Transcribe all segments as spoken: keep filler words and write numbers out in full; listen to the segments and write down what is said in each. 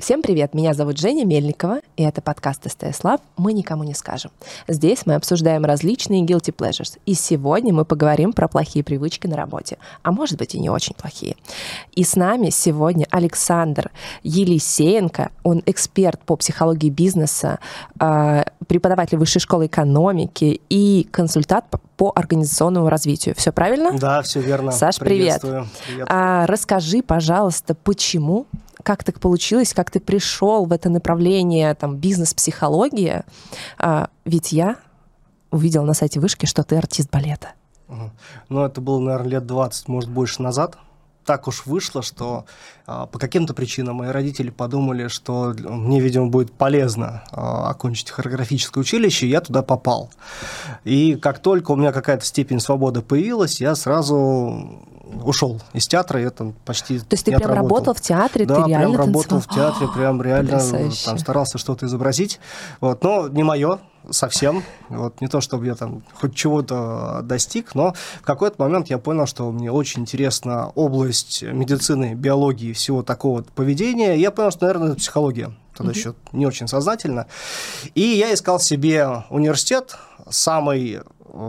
Всем привет, меня зовут Женя Мельникова, и это подкаст СТС Lab «Мы никому не скажем». Здесь мы обсуждаем различные guilty pleasures, и сегодня мы поговорим про плохие привычки на работе, а может быть и не очень плохие. И с нами сегодня Александр Елисеенко, он эксперт по психологии бизнеса, преподаватель Высшей школы экономики и консультант по организационному развитию. Все правильно? Да, все верно. Саш, привет. Привет. А, расскажи, пожалуйста, почему, как так получилось, как ты пришел в это направление, там, бизнес-психология? А, ведь я увидела на сайте Вышки, что ты артист балета. Угу. Ну, это было, наверное, лет двадцать, может, больше назад. Так уж вышло, что а, по каким-то причинам мои родители подумали, что мне, видимо, будет полезно а, окончить хореографическое училище, и я туда попал. И как только у меня какая-то степень свободы появилась, я сразу ушел из театра, и это почти. То есть ты прям отработал. работал в театре, да, ты реально прям танцевал? работал в театре, прям реально Потрясающе. там, старался что-то изобразить. Вот. Но не мое совсем. Вот. Не то, чтобы я там хоть чего-то достиг, но в какой-то момент я понял, что мне очень интересна область медицины, биологии, всего такого поведения. И я понял, что, наверное, это психология. Тогда mm-hmm. еще не очень сознательно. И я искал себе университет, самый,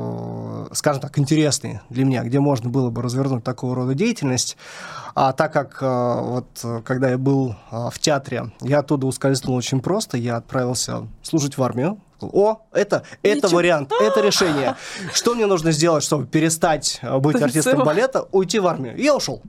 скажем так, интересный для меня, где можно было бы развернуть такого рода деятельность. А так как вот, когда я был в театре, я оттуда ускользнул очень просто, я отправился служить в армию. О, это, это вариант, это решение. Что мне нужно сделать, чтобы перестать быть артистом балета? Уйти в армию. И я ушел.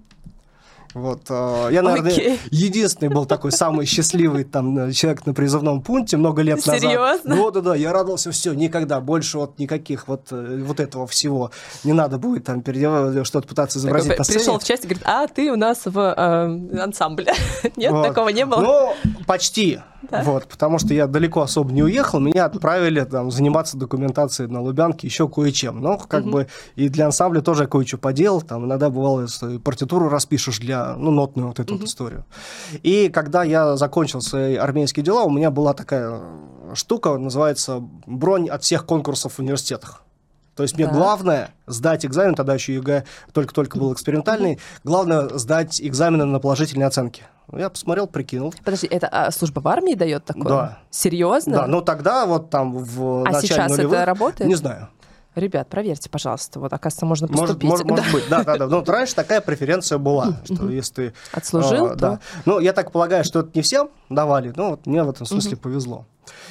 Вот, я, наверное, okay. единственный был такой самый счастливый там, человек на призывном пункте много лет назад. Серьезно? Ну, да, да, я радовался, все, никогда больше вот никаких вот, вот этого всего не надо будет там переделывать, что-то пытаться изобразить на сцене. Пришел в часть и говорит, а ты у нас в э, ансамбле. Нет, вот. Такого не было? Ну, почти. Да. Вот, потому что я далеко особо не уехал, меня отправили там, заниматься документацией на Лубянке, еще кое-чем. Ну, как угу. бы и для ансамбля тоже я кое-что поделал. Там иногда бывало, что партитуру распишешь для, ну, нотную вот эту угу. вот историю. И когда я закончил свои армейские дела, у меня была такая штука, называется бронь от всех конкурсов в университетах. То есть мне да. главное сдать экзамен, тогда еще ЕГЭ только-только был экспериментальный, угу. главное сдать экзамены на положительные оценки. Я посмотрел, прикинул. Подожди, это а, служба в армии дает такое? Да. Серьезно? Да, ну тогда вот там в а начале сейчас нулевых... это работает? Не знаю. Ребят, проверьте, пожалуйста. Вот, оказывается, можно поступить. Может, может, да. может быть, да, да, да. Ну, вот раньше такая преференция была, что если ты... Отслужил, а, то... да. Ну, я так полагаю, что это не всем давали, но вот мне в этом смысле uh-huh. повезло.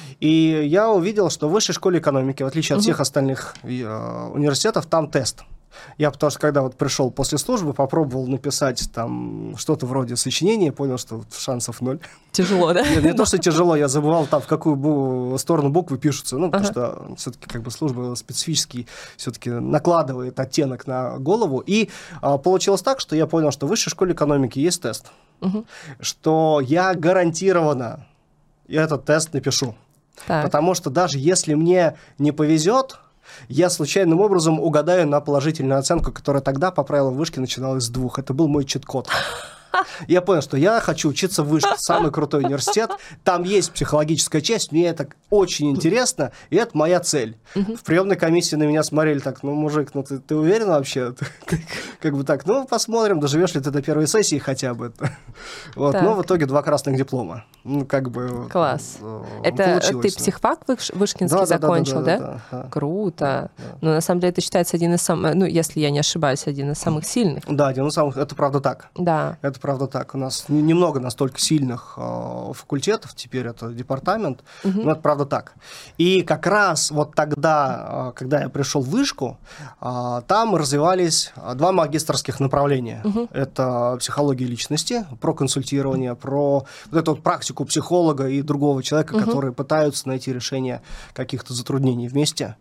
И я увидел, что в Высшей школе экономики, в отличие от uh-huh. всех остальных э, университетов, там тест. Я потому что, когда вот пришел после службы, попробовал написать там что-то вроде сочинения, понял, что шансов ноль. Тяжело, да? Нет, не то, что тяжело, я забывал там, в какую бу- сторону буквы пишутся, ну, потому ага. что все-таки как бы служба специфически все-таки накладывает оттенок на голову. И а, получилось так, что я понял, что в Высшей школе экономики есть тест, угу. что я гарантированно этот тест напишу. Так. Потому что даже если мне не повезет, я случайным образом угадаю на положительную оценку, которая тогда по правилам вышки начиналась с двух. Это был мой чит-код. Я понял, что я хочу учиться в вышке, самый крутой университет, там есть психологическая часть, мне это очень интересно, и это моя цель. В приемной комиссии на меня смотрели так, ну, мужик, ну ты, ты уверен вообще? Как бы так, ну, посмотрим, доживешь ли ты до первой сессии хотя бы. Вот, но в итоге два красных диплома. Ну, как бы... Класс. Это ты психфак вышкинский закончил, да? Круто. Ну, на самом деле, это считается один из самых, ну, если я не ошибаюсь, один из самых сильных. Да, один из самых, это правда так. Да. Это правда так. У нас немного настолько сильных э, факультетов, теперь это департамент, угу. но это правда так. И как раз вот тогда, э, когда я пришел в вышку, э, там развивались два магистерских направления. Угу. Это психология личности, про консультирование, про вот эту вот практику психолога и другого человека, угу. которые пытаются найти решение каких-то затруднений вместе.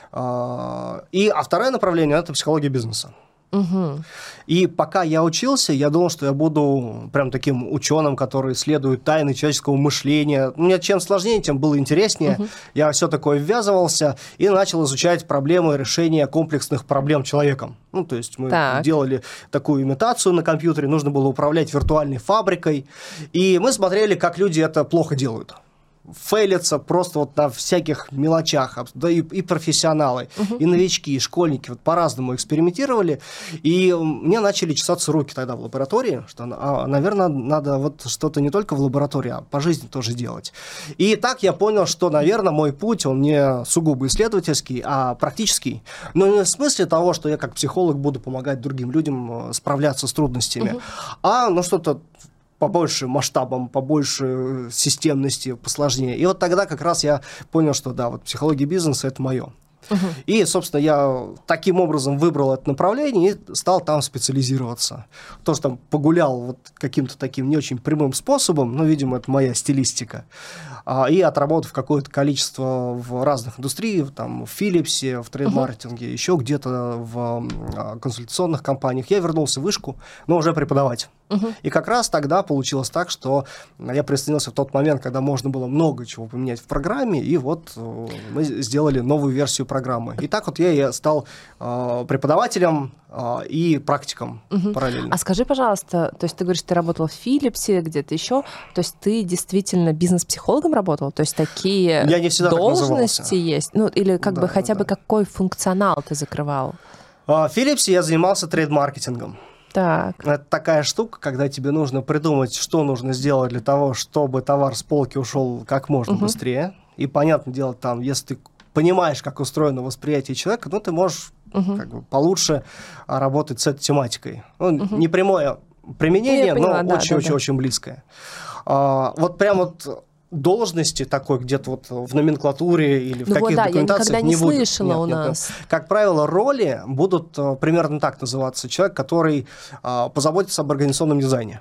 Э, и, а второе направление – это психология бизнеса. Угу. И пока я учился, я думал, что я буду прям таким ученым, который исследует тайны человеческого мышления. Мне чем сложнее, тем было интереснее. Угу. Я все такое ввязывался и начал изучать проблемы решения комплексных проблем человеком. Ну, то есть мы так. делали такую имитацию на компьютере, нужно было управлять виртуальной фабрикой, и мы смотрели, как люди это плохо делают. фейлятся просто вот на всяких мелочах, да и, и профессионалы, uh-huh. и новички, и школьники вот по-разному экспериментировали, и мне начали чесаться руки тогда в лаборатории, что, а, наверное, надо вот что-то не только в лаборатории, а по жизни тоже делать. И так я понял, что, наверное, мой путь, он не сугубо исследовательский, а практический, но не в смысле того, что я как психолог буду помогать другим людям справляться с трудностями, uh-huh. а ну что-то побольше масштабом, побольше системности, посложнее. И вот тогда как раз я понял, что да, вот психология бизнеса – это мое. Uh-huh. И, собственно, я таким образом выбрал это направление и стал там специализироваться. Тоже там погулял вот каким-то таким не очень прямым способом, но, видимо, это моя стилистика. И отработав какое-то количество в разных индустриях, там, в Филлипсе, в трейд-маркетинге, uh-huh. еще где-то в консультационных компаниях, я вернулся в вышку, но уже преподавать. Uh-huh. И как раз тогда получилось так, что я присоединился в тот момент, когда можно было много чего поменять в программе, и вот мы сделали новую версию программы. И так вот я и стал э, преподавателем э, и практиком uh-huh. параллельно. А скажи, пожалуйста, то есть ты говоришь, ты работал в Филлипсе, где-то еще, то есть ты действительно бизнес-психологом работал? То есть такие я не всегда должности есть? Ну, или как да, бы хотя да. бы какой функционал ты закрывал? В Филлипсе я занимался трейд-маркетингом. Так. Это такая штука, когда тебе нужно придумать, что нужно сделать для того, чтобы товар с полки ушел как можно uh-huh. быстрее. И, понятное дело, там, если ты понимаешь, как устроено восприятие человека, ну, ты можешь uh-huh. как бы получше работать с этой тематикой. Ну, uh-huh. не прямое применение, ну, но очень-очень-очень да, да, близкое. А, вот прям вот должности такой где-то вот в номенклатуре или в ну, каких-то да, документациях не, не будет. Я никогда не слышала нет, у нет, нас. Нет. Как правило, роли будут примерно так называться. Человек, который а, позаботится об организационном дизайне.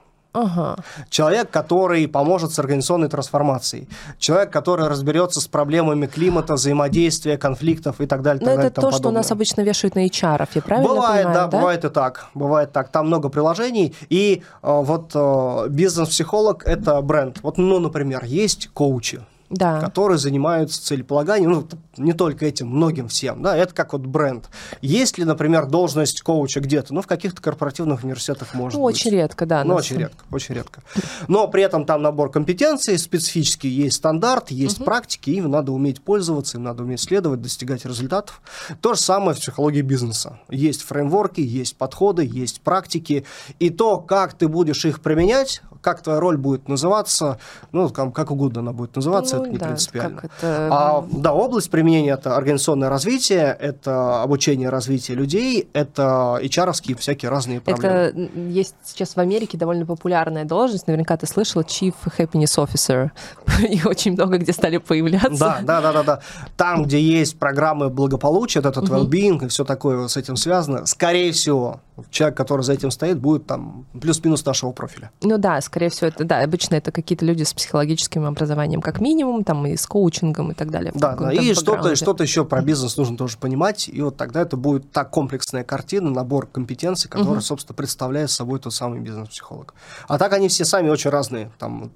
Ага. Человек, который поможет с организационной трансформацией. Человек, который разберется с проблемами климата, взаимодействия, конфликтов и так далее. Но так это далее, то, тому что подобное. у нас обычно вешают на эйч ар, я правильно бывает, понимаю? Да, да, бывает и так. Бывает так. Там много приложений. И э, вот э, бизнес-психолог – это бренд. Вот, ну, например, есть коучи. Да. Которые занимаются целеполаганием, ну, не только этим, многим всем, да, это как вот бренд. Есть ли, например, должность коуча где-то? Ну, в каких-то корпоративных университетах может ну, быть. Очень редко, да. Ну, очень редко, очень редко. Но при этом там набор компетенций специфический, есть стандарт, есть uh-huh. практики, им надо уметь пользоваться, им надо уметь следовать, достигать результатов. То же самое в психологии бизнеса. Есть фреймворки, есть подходы, есть практики, и то, как ты будешь их применять, как твоя роль будет называться, ну, как угодно она будет называться, ну, это не да, принципиально. Это... А, да, область применения – это организационное развитие, это обучение развития людей, это эйч ар-овские всякие разные проблемы. Это есть сейчас в Америке довольно популярная должность, наверняка ты слышала, Chief Happiness Officer. Их очень много где стали появляться. Да, да, да, да, да. Там, где есть программы благополучия, вот этот uh-huh. well-being и все такое с этим связано, скорее всего, человек, который за этим стоит, будет там плюс-минус нашего профиля. Ну да, скорее всего, это да, обычно это какие-то люди с психологическим образованием, как минимум, там и с коучингом и так далее. Да, да. И что-то, и что-то еще про бизнес нужно тоже понимать, и вот тогда это будет та комплексная картина, набор компетенций, который, uh-huh. собственно, представляет собой тот самый бизнес-психолог. А так они все сами очень разные. Там,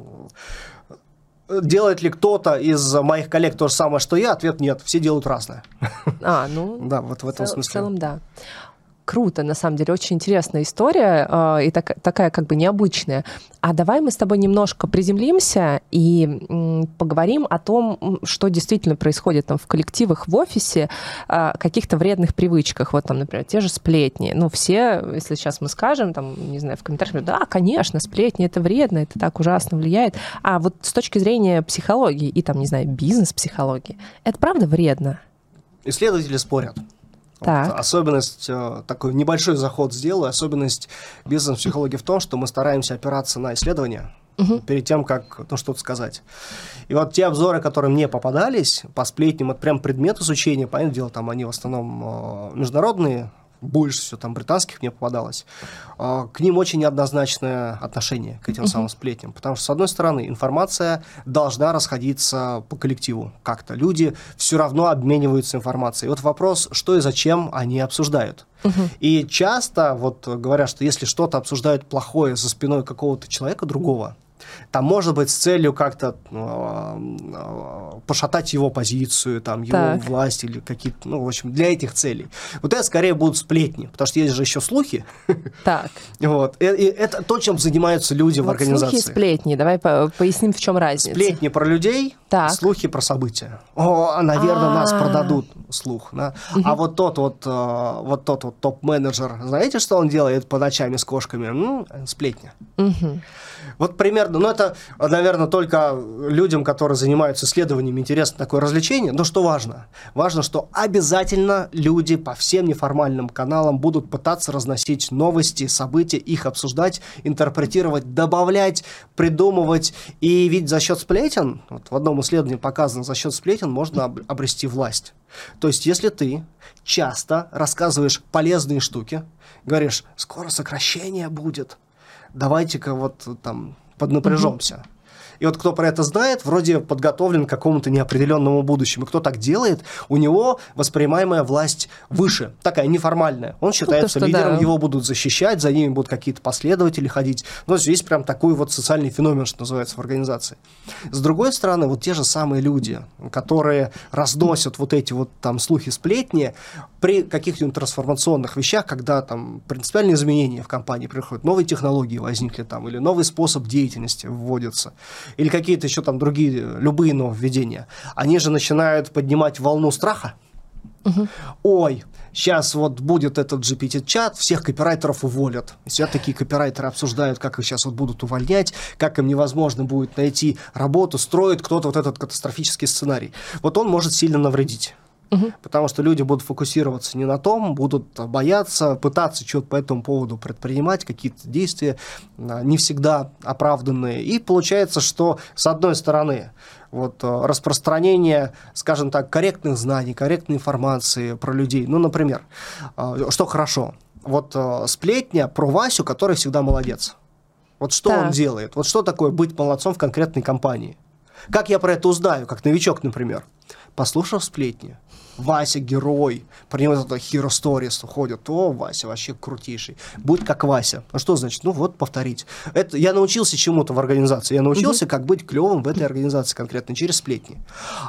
делает ли кто-то из моих коллег то же самое, что я? Ответ нет, все делают разное. А, ну, да, вот в этом в смысле. В целом, да. Круто, на самом деле, очень интересная история э, и так, такая как бы необычная. А давай мы с тобой немножко приземлимся и м, поговорим о том, что действительно происходит там в коллективах, в офисе, э, каких-то вредных привычках. Вот там, например, те же сплетни. Ну, все, если сейчас мы скажем, там, не знаю, в комментариях, да, конечно, сплетни — это вредно, это так ужасно влияет. А вот с точки зрения психологии и там, не знаю, бизнес-психологии, это правда вредно? Исследователи спорят. Вот, особенность, такой небольшой заход сделаю, особенность бизнес-психологии в том, что мы стараемся опираться на исследования uh-huh. перед тем, как ну, что-то сказать. И вот те обзоры, которые мне попадались по сплетням, это прям предмет изучения, понятное дело, там они в основном международные, больше всего там британских мне попадалось, к ним очень неоднозначное отношение, к этим uh-huh. самым сплетням. Потому что, с одной стороны, информация должна расходиться по коллективу как-то. Люди все равно обмениваются информацией. И вот вопрос, что и зачем они обсуждают. Uh-huh. И часто вот говорят, что если что-то обсуждают плохое за спиной какого-то человека другого, Там, может быть, с целью как-то э, пошатать его позицию, там, его так. власть или какие-то, ну, в общем, для этих целей. Вот это скорее будут сплетни, потому что есть же еще слухи. Так. Вот. И, и это то, чем занимаются люди вот в организации. Слухи и сплетни. Давай по- поясним, в чем разница. Сплетни про людей, так. слухи про события. О, наверное, нас продадут, слух. Да? Угу. А вот тот вот, вот тот вот топ-менеджер, знаете, что он делает по ночам с кошками? Ну, сплетня. Угу. Вот примерно, ну это, наверное, только людям, которые занимаются исследованиями, интересно такое развлечение, но что важно? Важно, что обязательно люди по всем неформальным каналам будут пытаться разносить новости, события, их обсуждать, интерпретировать, добавлять, придумывать, и ведь за счет сплетен, вот в одном исследовании показано, за счет сплетен можно обрести власть. То есть, если ты часто рассказываешь полезные штуки, говоришь, скоро сокращение будет, давайте-ка вот там поднапряжемся. Mm-hmm. И вот кто про это знает, вроде подготовлен к какому-то неопределенному будущему. И кто так делает, у него воспринимаемая власть выше, такая неформальная. Он считается ну, лидером, да. Его будут защищать, за ними будут какие-то последователи ходить. Но здесь прям такой вот социальный феномен, что называется, в организации. С другой стороны, вот те же самые люди, которые разносят вот эти вот там слухи, сплетни, при каких-нибудь трансформационных вещах, когда там принципиальные изменения в компании приходят, новые технологии возникли там, или новый способ деятельности вводится, или какие-то еще там другие, любые нововведения, они же начинают поднимать волну страха. Угу. Ой, сейчас вот будет этот джи пи ти-чат, всех копирайтеров уволят. Все такие копирайтеры обсуждают, как их сейчас вот будут увольнять, как им невозможно будет найти работу, строит кто-то вот этот катастрофический сценарий. Вот он может сильно навредить. Угу. Потому что люди будут фокусироваться не на том, будут бояться, пытаться что-то по этому поводу предпринимать, какие-то действия не всегда оправданные. И получается, что с одной стороны вот, распространение, скажем так, корректных знаний, корректной информации про людей, ну, например, что хорошо, вот сплетня про Васю, который всегда молодец. Вот что да. он делает? Вот что такое быть молодцом в конкретной компании? Как я про это узнаю, как новичок, например? Послушав сплетни. Вася герой, про него это hero stories ходят, о, Вася вообще крутейший, будь как Вася. А что значит? Ну вот, повторить. Это, я научился чему-то в организации, я научился, угу. как быть клевым в этой организации конкретно, через сплетни.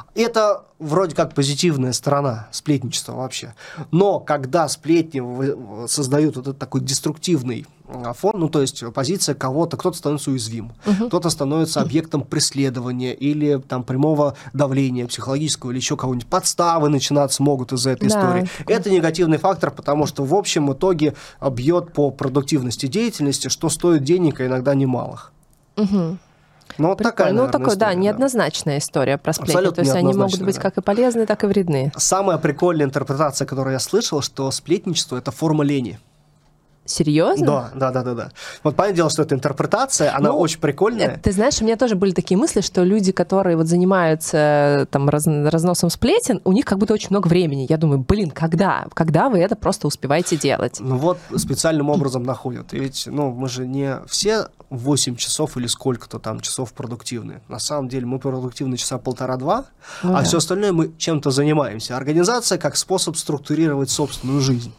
Это вроде как позитивная сторона сплетничества вообще. Но когда сплетни создают вот этот такой деструктивный фон, ну то есть позиция кого-то, кто-то становится уязвим, угу. кто-то становится объектом преследования или там прямого давления психологического или еще кого-нибудь, подставы начинаться могут из-за этой да. истории. Это негативный фактор, потому что в общем итоге бьет по продуктивности деятельности, что стоит денег, а иногда немалых. Угу. Ну, вот такая, ну, такой, история, да, неоднозначная да. история про сплетни. Абсолютно то есть они могут быть да. как и полезны, так и вредны. Самая прикольная интерпретация, которую я слышал, что сплетничество – это форма лени. Серьезно? Да, да, да, да, да. Вот понятное дело, что это интерпретация, она ну, очень прикольная. Ты знаешь, у меня тоже были такие мысли, что люди, которые вот занимаются там раз, разносом сплетен, у них как будто очень много времени. Я думаю, блин, когда? Когда вы это просто успеваете делать? Ну вот специальным образом находят. И ведь, ну, мы же не все восемь часов или сколько-то там часов продуктивные. На самом деле мы продуктивны часа полтора-два, ну, а да. все остальное мы чем-то занимаемся. Организация как способ структурировать собственную жизнь.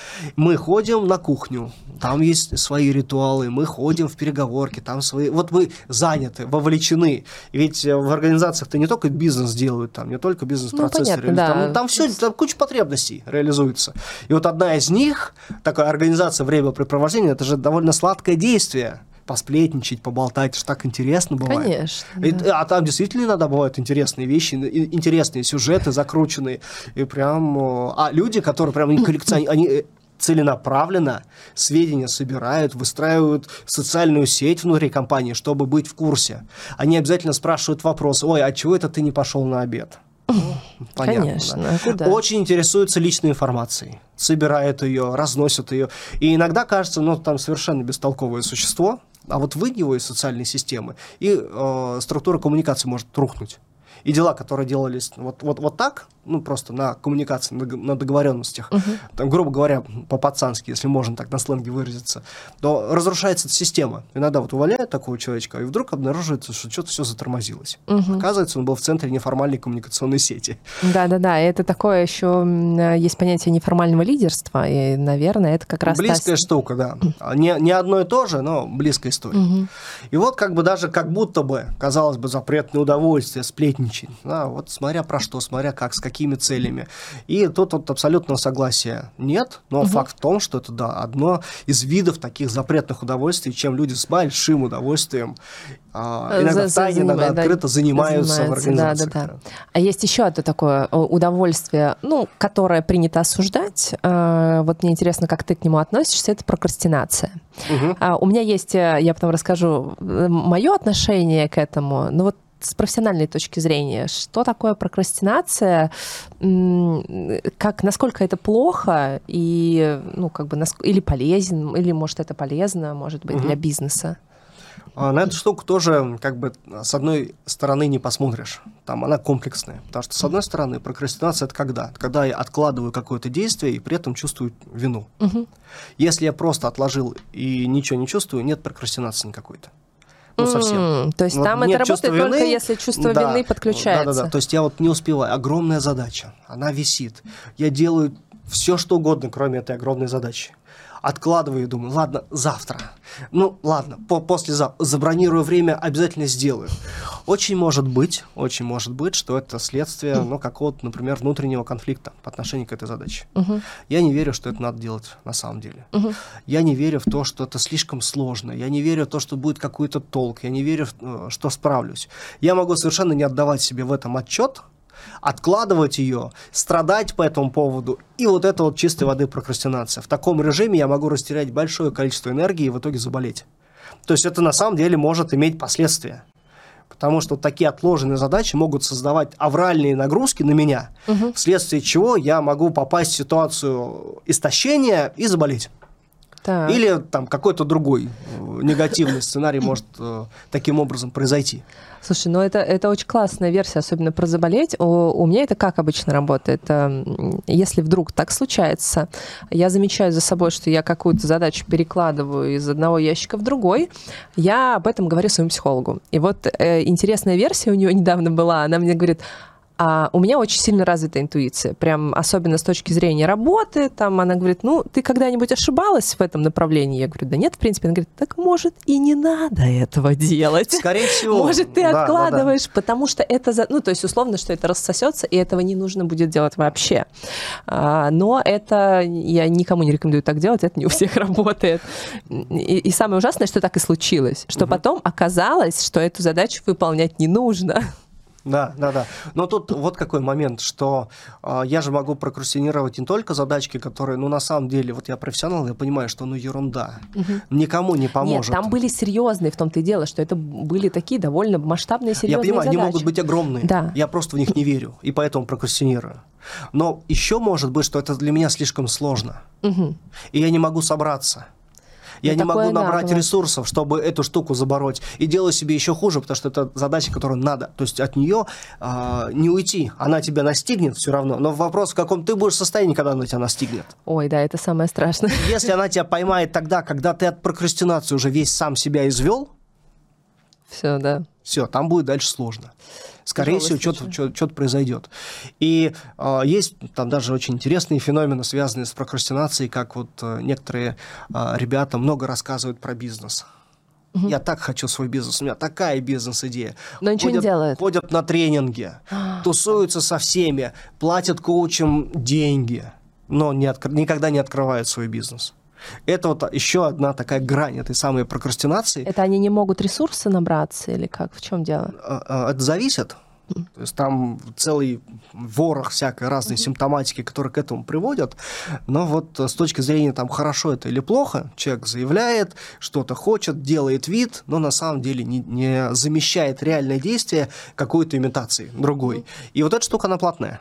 Мы ходим на кухню, там есть свои ритуалы, мы ходим в переговорки, там свои... Вот мы заняты, вовлечены. Ведь в организациях-то не только бизнес делают, там, не только бизнес-процессы. Ну, да. там, там все, там куча потребностей реализуется. И вот одна из них, такая организация времяпрепровождения, это же довольно сладкое действие. Посплетничать, поболтать, это же так интересно бывает. Конечно. И, да. А там действительно иногда бывают интересные вещи, интересные сюжеты закрученные. И прям... А люди, которые прям коллекционируют, они целенаправленно сведения собирают, выстраивают социальную сеть внутри компании, чтобы быть в курсе. Они обязательно спрашивают вопрос: ой, а чего это ты не пошел на обед? Понятно. Конечно. Да? Очень интересуются личной информацией, собирают ее, разносят ее. И иногда кажется, ну, там совершенно бестолковое существо, а вот вынь его из социальной системы, и э, структура коммуникации может рухнуть. И дела, которые делались вот, вот, вот так, ну, просто на коммуникации, на договоренностях, угу. там, грубо говоря, по-пацански, если можно так на сленге выразиться, то разрушается система. Иногда вот увольняют такого человечка, и вдруг обнаруживается, что что-то все затормозилось. Угу. Оказывается, он был в центре неформальной коммуникационной сети. Да-да-да, это такое еще, есть понятие неформального лидерства, и, наверное, это как раз... Близкая та... штука, да. Не, не одно и то же, но близкая история. Угу. И вот как бы даже как будто бы, казалось бы, запретное удовольствие, сплетничать. Да, вот смотря про что, смотря как, с какими целями. И тут вот абсолютного согласия нет, но угу. факт в том, что это, да, одно из видов таких запретных удовольствий, чем люди с большим удовольствием а, иногда в тайне, иногда открыто занимаются, занимаются в организациях. Да, да, да. А есть еще одно такое удовольствие, ну, которое принято осуждать. Вот мне интересно, как ты к нему относишься, это прокрастинация. Угу. У меня есть, я потом расскажу, мое отношение к этому, но вот с профессиональной точки зрения, что такое прокрастинация, как, насколько это плохо, и, ну, как бы, или полезен, или, может, это полезно, может быть, угу. для бизнеса? На эту штуку тоже, как бы, с одной стороны не посмотришь. Там она комплексная. Потому что, с одной стороны, прокрастинация – это когда? Когда я откладываю какое-то действие и при этом чувствую вину. Угу. Если я просто отложил и ничего не чувствую, нет прокрастинации никакой-то. Ну, совсем. Mm, то есть вот там это работает вины, только если чувство да, вины подключается. Да-да-да. То есть я вот не успеваю. Огромная задача. Она висит. Я делаю все, что угодно, кроме этой огромной задачи. Откладываю и думаю, ладно, завтра. Ну, ладно, по- послезавтра. Забронирую время, обязательно сделаю. Очень может быть, очень может быть, что это следствие, ну, какого-то, например, внутреннего конфликта по отношению к этой задаче. Uh-huh. Я не верю, что это надо делать на самом деле. Uh-huh. Я не верю в то, что это слишком сложно. Я не верю в то, что будет какой-то толк. Я не верю в то, что справлюсь. Я могу совершенно не отдавать себе в этом отчет, откладывать ее, страдать по этому поводу, и вот это вот чистой воды прокрастинация. В таком режиме я могу растерять большое количество энергии и в итоге заболеть. То есть это на самом деле может иметь последствия. Потому что вот такие отложенные задачи могут создавать авральные нагрузки на меня, угу. вследствие чего я могу попасть в ситуацию истощения и заболеть. Так. Или там какой-то другой негативный сценарий может э, таким образом произойти. Слушай, ну это, это очень классная версия, особенно про заболеть. У, у меня это как обычно работает? Если вдруг так случается, я замечаю за собой, что я какую-то задачу перекладываю из одного ящика в другой, я об этом говорю своему психологу. И вот э, интересная версия у нее недавно была, она мне говорит... А у меня очень сильно развита интуиция, прям особенно с точки зрения работы. Там она говорит, ну, ты когда-нибудь ошибалась в этом направлении? Я говорю, да нет, в принципе. Она говорит, так может и не надо этого делать. Скорее всего. Может, ты да, откладываешь, да, да. потому что это, за... ну, то есть условно, что это рассосется, и этого не нужно будет делать вообще. А, но это, я никому не рекомендую так делать, это не у всех работает. И, и самое ужасное, что так и случилось, что угу. потом оказалось, что эту задачу выполнять не нужно. Да, да, да. Но тут вот какой момент, что э, я же могу прокрастинировать не только задачки, которые, ну, на самом деле, вот я профессионал, я понимаю, что, ну, ерунда, угу. никому не поможет. Нет, там были серьезные, в том-то и дело, что это были такие довольно масштабные, серьезные задачи. Я понимаю, задачи. Они могут быть огромные, да. я просто в них не верю, и поэтому прокрастинирую. Но еще может быть, что это для меня слишком сложно, угу. и я не могу собраться. Я не могу набрать да, ресурсов, чтобы эту штуку забороть. И делаю себе еще хуже, потому что это задача, которую надо. То есть от нее э, не уйти. Она тебя настигнет все равно. Но вопрос, в каком ты будешь состоянии, когда она тебя настигнет. Ой, да, это самое страшное. Если она тебя поймает тогда, когда ты от прокрастинации уже весь сам себя извел, все, да. Все, там будет дальше сложно. Скорее всего, что-то, что-то произойдет. И э, есть там даже очень интересные феномены, связанные с прокрастинацией, как вот э, некоторые э, ребята много рассказывают про бизнес. Угу. Я так хочу свой бизнес, у меня такая бизнес-идея. Но ничего ходят, не делают. Ходят на тренинги, тусуются со всеми, платят коучам деньги, но не от, никогда не открывают свой бизнес. Это вот еще одна такая грань этой самой прокрастинации. Это они не могут ресурсы набраться или как? В чем дело? Это зависит. То есть там целый ворох всякой разной mm-hmm. симптоматики, которые к этому приводят. Но вот с точки зрения там хорошо это или плохо, человек заявляет, что-то хочет, делает вид, но на самом деле не, не замещает реальное действие какой-то имитации другой. Mm-hmm. И вот эта штука, она платная.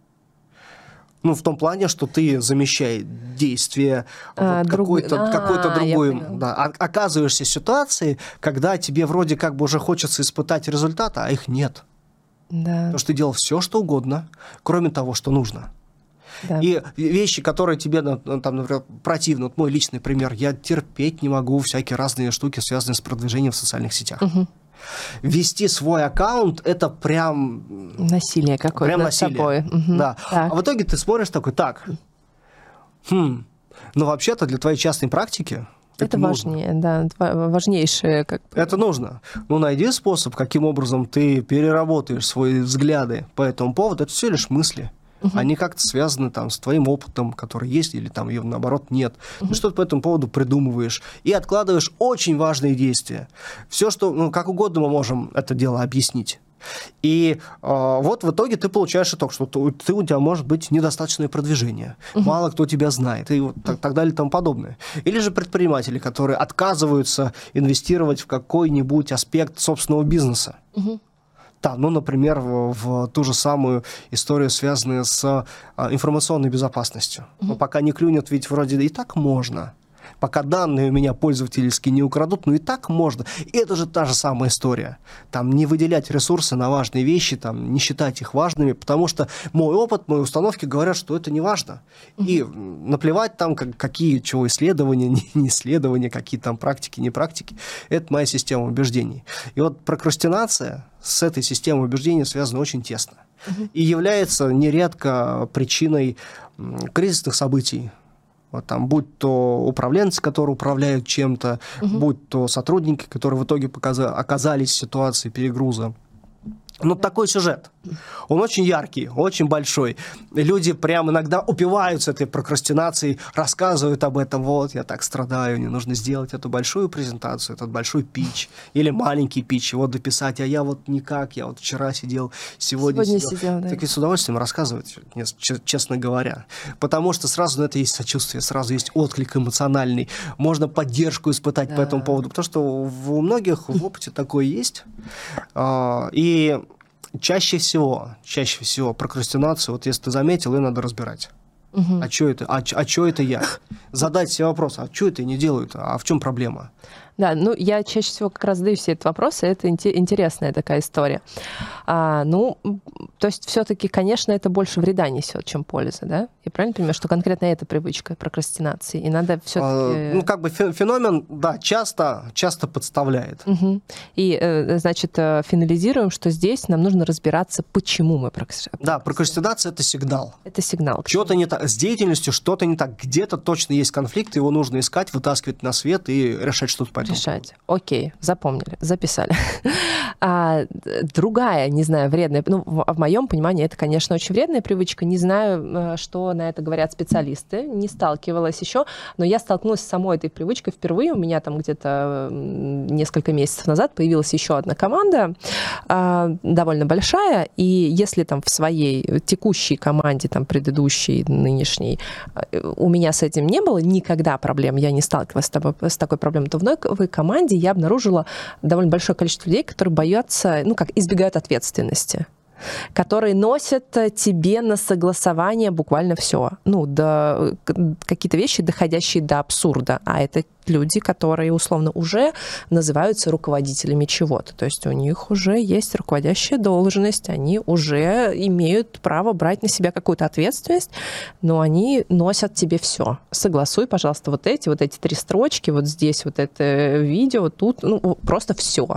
Ну, в том плане, что ты замещаешь действие а, вот, другой, какой-то, а, какой-то другой, да, оказываешься в ситуации, когда тебе вроде как бы уже хочется испытать результаты, а их нет. Да. Потому что ты делал все, что угодно, кроме того, что нужно. Да. И вещи, которые тебе, там, например, противны, вот мой личный пример, я терпеть не могу всякие разные штуки, связанные с продвижением в социальных сетях. Угу. Вести свой аккаунт – это прям… Насилие какое-то прям над насилие. собой. Угу. Да. А в итоге ты смотришь такой, так, хм, ну вообще-то для твоей частной практики это, это нужно. важнее, да, важнейшее. Как бы. Это нужно. Ну, найди способ, каким образом ты переработаешь свои взгляды по этому поводу. Это все лишь мысли. Uh-huh. Они как-то связаны там, с твоим опытом, который есть, или там ее, наоборот, нет. Uh-huh. Ты что-то по этому поводу придумываешь и откладываешь очень важные действия. Все, что, ну, как угодно мы можем это дело объяснить. И э, вот в итоге ты получаешь итог, что ты, ты, у тебя может быть недостаточное продвижение, uh-huh. мало кто тебя знает, и вот так, так далее и тому подобное. Или же предприниматели, которые отказываются инвестировать в какой-нибудь аспект собственного бизнеса. Uh-huh. Да, ну, например, в, в ту же самую историю, связанную с а, информационной безопасностью. Mm-hmm. Но пока не клюнет, ведь вроде и так можно. Пока данные у меня пользовательские не украдут, ну и так можно. И это же та же самая история. Там не выделять ресурсы на важные вещи, там, не считать их важными, потому что мой опыт, мои установки говорят, что это не важно. Mm-hmm. И наплевать там, как, какие чего исследования, не, не исследования, какие там практики, не практики. Это моя система убеждений. И вот прокрастинация с этой системой убеждений связана очень тесно. Uh-huh. И является нередко причиной кризисных событий. Вот там, будь то управленцы, которые управляют чем-то, uh-huh. будь то сотрудники, которые в итоге показа- оказались в ситуации перегруза. Ну, такой сюжет. Он очень яркий, очень большой. Люди прям иногда упиваются этой прокрастинацией, рассказывают об этом. Вот, я так страдаю, мне нужно сделать эту большую презентацию, этот большой пич. Или маленький пич, его дописать. А я вот никак, я вот вчера сидел, сегодня, сегодня сидел. сидел да. Так ведь с удовольствием рассказывать, честно говоря. Потому что сразу на это есть сочувствие, сразу есть отклик эмоциональный. Можно поддержку испытать да. по этому поводу. Потому что у многих в опыте такое есть. И чаще всего, чаще всего прокрастинацию, вот если ты заметил, ее надо разбирать. Угу. А что это? А, а что это я? Задать себе вопрос, а что это не делают? А в чем проблема? Да, ну я чаще всего как раз задаю все эти вопросы, это интересная такая история. А, ну, то есть все-таки, конечно, это больше вреда несет, чем пользы, да? Я правильно понимаю, что конкретно эта привычка прокрастинации, и надо все-таки... А, ну, как бы феномен, да, часто, часто подставляет. Угу. И, значит, финализируем, что здесь нам нужно разбираться, почему мы прокрастинируем. Да, прокрастинация — это сигнал. Это сигнал. Что-то не так, с деятельностью что-то не так, где-то точно есть конфликт, его нужно искать, вытаскивать на свет и решать что-то по этому. Решать. Окей, запомнили, записали. А, другая, не знаю, вредная, ну, в, в моем понимании, это, конечно, очень вредная привычка. Не знаю, что на это говорят специалисты, не сталкивалась еще, но я столкнулась с самой этой привычкой впервые. У меня там где-то несколько месяцев назад появилась еще одна команда, а, довольно большая, и если там в своей текущей команде, там, предыдущей, нынешней, у меня с этим не было никогда проблем, я не сталкивалась с, тобой, с такой проблемой, то в новой команде я обнаружила довольно большое количество людей, которые боятся, ну как, избегают ответственности, которые носят тебе на согласование буквально все. Ну, до, какие-то вещи, доходящие до абсурда. А это люди, которые, условно, уже называются руководителями чего-то. То есть у них уже есть руководящая должность, они уже имеют право брать на себя какую-то ответственность, но они носят тебе все. Согласуй, пожалуйста, вот эти, вот эти три строчки, вот здесь вот это видео, тут, ну, просто все.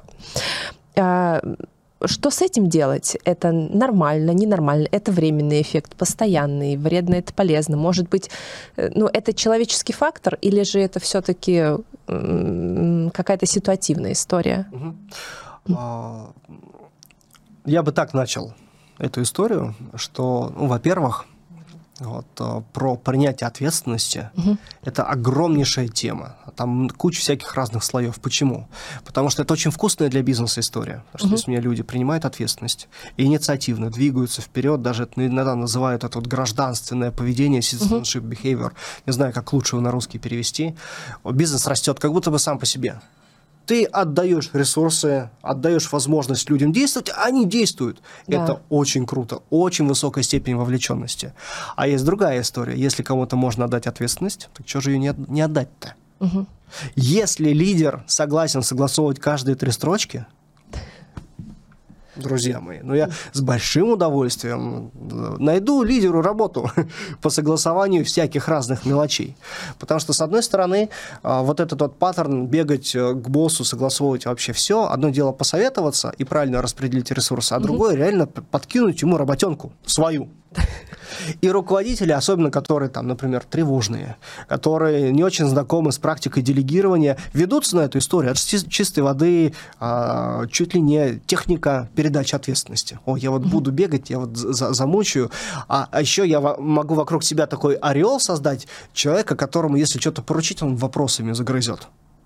Что с этим делать? Это нормально, ненормально, это временный эффект, постоянный, вредно, это полезно. Может быть, ну, это человеческий фактор, или же это все-таки какая-то ситуативная история? Угу. Я бы так начал эту историю, что, ну, во-первых, вот, про принятие ответственности угу. это огромнейшая тема. Там куча всяких разных слоев. Почему? Потому что это очень вкусная для бизнеса история. Потому что угу. если у меня люди принимают ответственность и инициативно двигаются вперед, даже это иногда называют это вот гражданственное поведение, citizenship угу. behavior. Не знаю, как лучше его на русский перевести. Бизнес растет как будто бы сам по себе. Ты отдаешь ресурсы, отдаешь возможность людям действовать, а они действуют. Да. Это очень круто, очень высокая степень вовлеченности. А есть другая история. Если кому-то можно отдать ответственность, так что же ее не, не отдать-то? Угу. Если лидер согласен согласовывать каждые три строчки, друзья мои. Но я с большим удовольствием найду лидеру работу по согласованию всяких разных мелочей. Потому что, с одной стороны, вот этот вот паттерн бегать к боссу, согласовывать вообще все, одно дело посоветоваться и правильно распределить ресурсы, а mm-hmm. другое реально подкинуть ему работенку свою. И руководители, особенно которые, там, например, тревожные, которые не очень знакомы с практикой делегирования, ведутся на эту историю от чистой воды, а, чуть ли не техника передачи ответственности. О, я вот буду бегать, я вот за- замучаю, а, а еще я в- могу вокруг себя такой ореол создать человека, которому, если что-то поручить, он вопросами загрызет.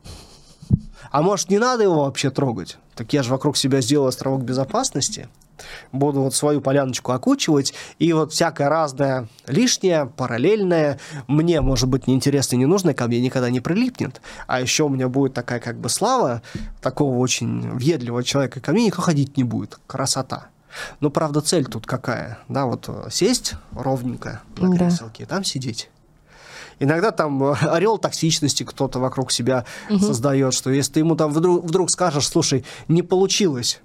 А может, не надо его вообще трогать? Так я же вокруг себя сделал островок безопасности, буду вот свою поляночку окучивать, и вот всякое разное лишнее, параллельное, мне, может быть, неинтересно и ненужное, ко мне никогда не прилипнет. А еще у меня будет такая как бы слава такого очень въедливого человека, ко мне никто ходить не будет. Красота. Но, правда, цель тут какая? Да, вот сесть ровненько на креселке и там сидеть. Иногда там орел токсичности кто-то вокруг себя угу. создает, что если ты ему там вдруг, вдруг скажешь, слушай, не получилось,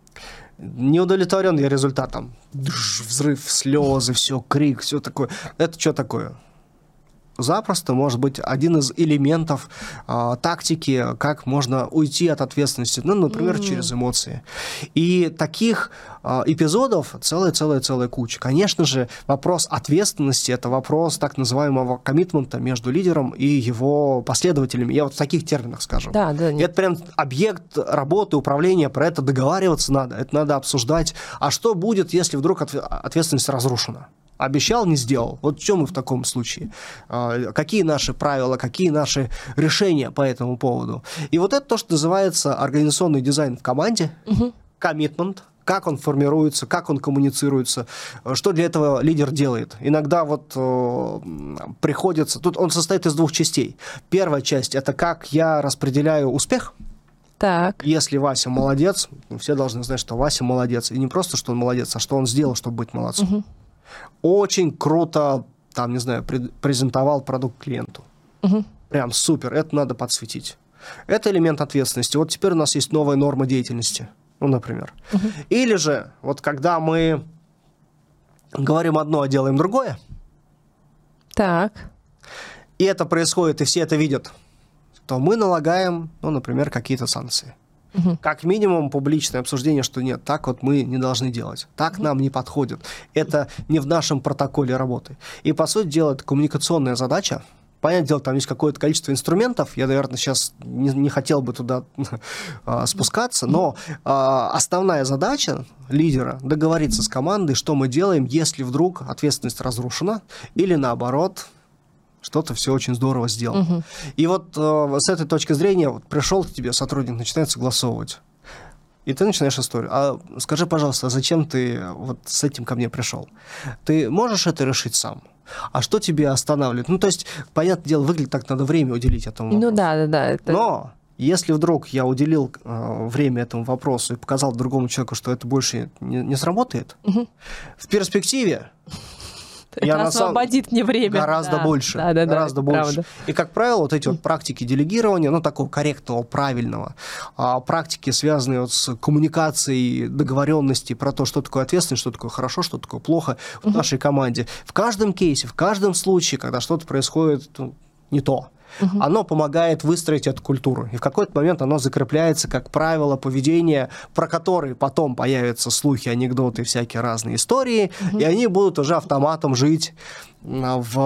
не удовлетворен я результатом, взрыв, слезы, все, крик, все такое. Это что такое? Запросто может быть один из элементов а, тактики, как можно уйти от ответственности, ну, например, mm-hmm. через эмоции. И таких а, эпизодов целая-целая-целая куча. Конечно же, вопрос ответственности – это вопрос так называемого коммитмента между лидером и его последователями. Я вот в таких терминах скажу. Да, да, это прям объект работы, управления, про это договариваться надо, это надо обсуждать. А что будет, если вдруг ответственность разрушена? Обещал, не сделал. Вот что мы в таком случае? Какие наши правила, какие наши решения по этому поводу? И вот это то, что называется организационный дизайн в команде, коммитмент, как он формируется, как он коммуницируется, что для этого лидер делает. Иногда вот э, приходится... Тут он состоит из двух частей. Первая часть – это как я распределяю успех. Так. Если Вася молодец, все должны знать, что Вася молодец. И не просто, что он молодец, а что он сделал, чтобы быть молодцом. Угу. Очень круто, там, не знаю, презентовал продукт клиенту. Угу. Прям супер, это надо подсветить. Это элемент ответственности. Вот теперь у нас есть новая норма деятельности, ну, например. Угу. Или же, вот когда мы говорим одно, а делаем другое, так. и это происходит, и все это видят, то мы налагаем, ну, например, какие-то санкции. Угу. Как минимум публичное обсуждение, что нет, так вот мы не должны делать, так угу. нам не подходит, это не в нашем протоколе работы. И, по сути дела, это коммуникационная задача. Понятное дело, там есть какое-то количество инструментов, я, наверное, сейчас не, не хотел бы туда а, спускаться, но а, основная задача лидера – договориться с командой, что мы делаем, если вдруг ответственность разрушена, или наоборот – что-то все очень здорово сделал. Угу. И вот э, с этой точки зрения вот, пришел к тебе сотрудник, начинает согласовывать. И ты начинаешь историю. А скажи, пожалуйста, а зачем ты вот с этим ко мне пришел? Ты можешь это решить сам? А что тебе останавливает? Ну, то есть, понятное дело, выглядит так, надо время уделить этому вопросу. Ну да, да, да. Это... Но если вдруг я уделил э, время этому вопросу и показал другому человеку, что это больше не, не сработает, угу. в перспективе это освободит сам... мне время. Гораздо да. больше. Да, да, гораздо да, больше. правда. И, как правило, вот эти вот практики делегирования, ну, такого корректного, правильного, а, практики, связанные вот с коммуникацией, договоренностью про то, что такое ответственность, что такое хорошо, что такое плохо в uh-huh. нашей команде. В каждом кейсе, в каждом случае, когда что-то происходит ну, не то, Uh-huh. оно помогает выстроить эту культуру. И в какой-то момент оно закрепляется как правило поведения, про которые потом появятся слухи, анекдоты, всякие разные истории, uh-huh. и они будут уже автоматом жить в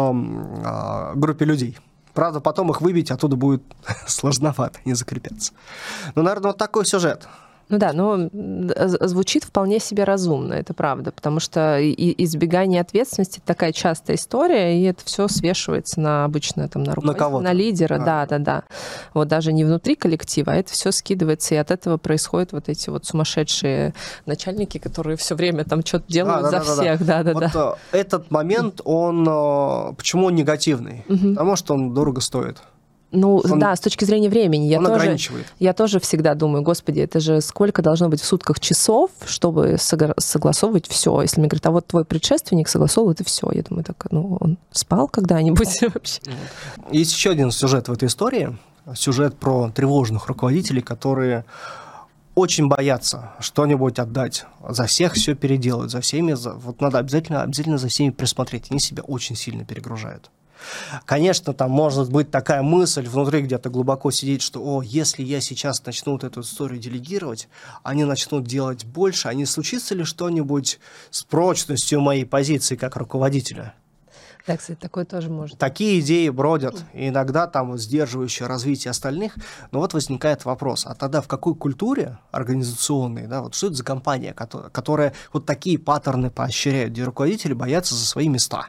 а, группе людей. Правда, потом их выбить оттуда будет сложновато, не закрепятся. Ну, наверное, вот такой сюжет. Ну да, но звучит вполне себе разумно, это правда, потому что избегание ответственности – такая частая история, и это все свешивается на обычно там, на руководителя, на, на лидера, а. да, да, да. Вот даже не внутри коллектива, а это все скидывается, и от этого происходят вот эти вот сумасшедшие начальники, которые все время там что-то делают а, да, за да, всех, да, да, да. Вот да. Этот момент, он почему он негативный? Угу. Потому что он дорого стоит. Ну, он, да, с точки зрения времени. Я он тоже, ограничивает. Я тоже всегда думаю, господи, это же сколько должно быть в сутках часов, чтобы согласовывать все. Если мне говорят, а вот твой предшественник согласовывает, и все. Я думаю, так, ну, он спал когда-нибудь вообще? Есть еще один сюжет в этой истории. Сюжет про тревожных руководителей, которые очень боятся что-нибудь отдать, за всех все переделают, за всеми, за, вот надо обязательно, обязательно за всеми присмотреть, они себя очень сильно перегружают. Конечно, там может быть такая мысль внутри где-то глубоко сидеть, что, о, если я сейчас начну вот эту историю делегировать, они начнут делать больше, а не случится ли что-нибудь с прочностью моей позиции как руководителя? Да, кстати, такое тоже может. Такие идеи бродят, и иногда там вот сдерживающее развитие остальных. Но вот возникает вопрос, а тогда в какой культуре организационной, да, вот что это за компания, которая, которая вот такие паттерны поощряет, где руководители боятся за свои места,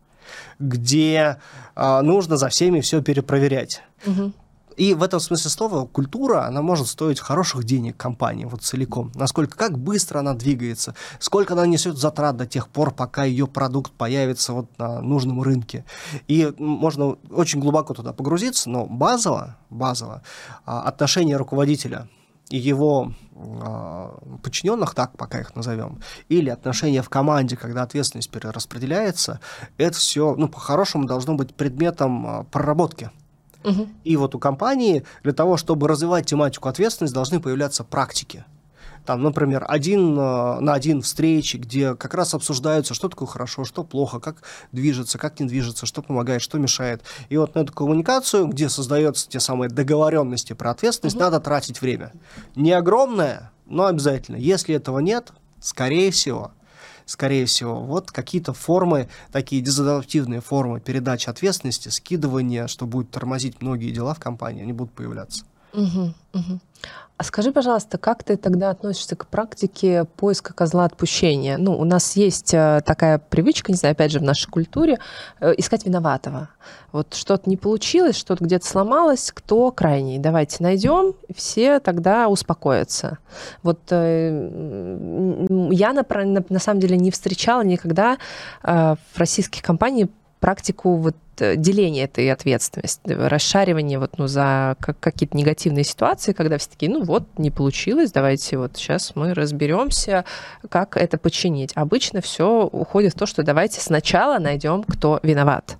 где э, нужно за всеми все перепроверять. Угу. И в этом смысле слова культура, она может стоить хороших денег компании вот целиком. Насколько, как быстро она двигается, сколько она несет затрат до тех пор, пока ее продукт появится вот на нужном рынке. И можно очень глубоко туда погрузиться, но базово, базово отношение руководителя и его подчиненных, так пока их назовем, или отношения в команде, когда ответственность перераспределяется, это все, ну, по-хорошему должно быть предметом проработки. Угу. И вот у компании для того, чтобы развивать тематику ответственности, должны появляться практики. Там, например, один на один встречи, где как раз обсуждаются, что такое хорошо, что плохо, как движется, как не движется, что помогает, что мешает. И вот на эту коммуникацию, где создаются те самые договоренности про ответственность, угу. надо тратить время. Не огромное, но обязательно. Если этого нет, скорее всего, скорее всего, вот какие-то формы, такие дезадаптивные формы передачи ответственности, скидывания, что будет тормозить многие дела в компании, они будут появляться. Угу, угу. А скажи, пожалуйста, как ты тогда относишься к практике поиска козла отпущения? Ну, у нас есть такая привычка, не знаю, опять же, в нашей культуре, искать виноватого. Вот что-то не получилось, что-то где-то сломалось, кто крайний? Давайте найдем, и все тогда успокоятся. Вот э, я, на, на, на самом деле, не встречала никогда э, в российских компаниях практику вот деления этой ответственности, расшаривания вот, ну, за как, какие-то негативные ситуации, когда все такие, ну вот, не получилось, давайте вот сейчас мы разберемся, как это починить. Обычно все уходит в то, что давайте сначала найдем, кто виноват.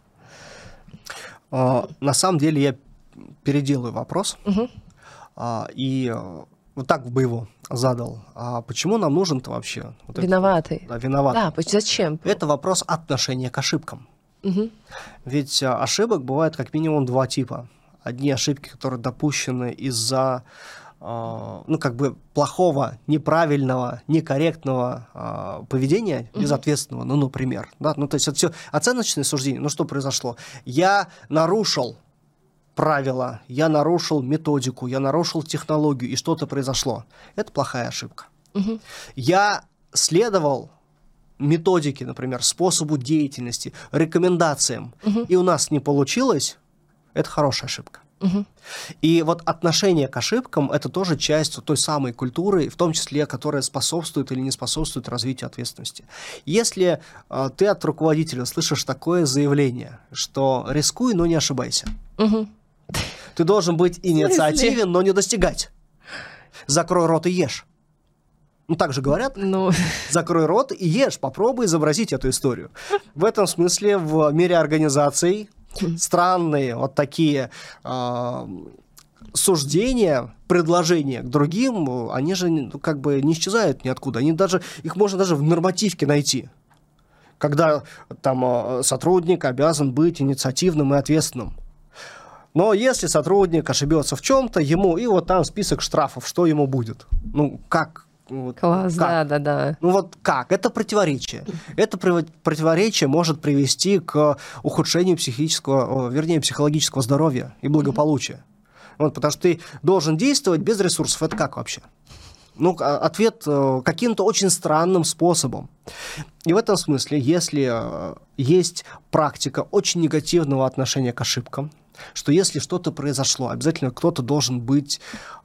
А, на самом деле я переделаю вопрос, угу. а, и вот так в боевом задал. А почему нам нужен-то вообще? Вот виноватый. Это, да, виноватый. Да, зачем? Это вопрос отношения к ошибкам. Угу. Ведь а, ошибок бывает как минимум два типа. Одни ошибки, которые допущены из-за а, ну, как бы плохого, неправильного, некорректного а, поведения, угу. безответственного, ну, например. Да? Ну, то есть это все оценочное суждение. Ну, что произошло? Я нарушил правила, я нарушил методику, я нарушил технологию, и что-то произошло. Это плохая ошибка. Угу. Я следовал методики, например, способу деятельности, рекомендациям, угу. и у нас не получилось, это хорошая ошибка. Угу. И вот отношение к ошибкам – это тоже часть той самой культуры, в том числе, которая способствует или не способствует развитию ответственности. Если э, ты от руководителя слышишь такое заявление, что рискуй, но не ошибайся, угу. ты должен быть инициативен, но не достигать. Закрой рот и ешь. Ну, так же говорят, ну... закрой рот и ешь, попробуй изобразить эту историю. В этом смысле в мире организаций странные вот такие э, суждения, предложения к другим, они же ну, как бы не исчезают ниоткуда. Они даже, их можно даже в нормативке найти, когда там сотрудник обязан быть инициативным и ответственным. Но если сотрудник ошибется в чем-то, ему и вот там список штрафов, что ему будет. Ну, как? Вот, Класс, как? да, да, да. Ну вот как? Это противоречие. Это противоречие может привести к ухудшению психического, вернее, психологического здоровья и благополучия. Вот, потому что ты должен действовать без ресурсов. Это как вообще? Ну, ответ каким-то очень странным способом. И в этом смысле, если есть практика очень негативного отношения к ошибкам, что если что-то произошло, обязательно кто-то должен быть...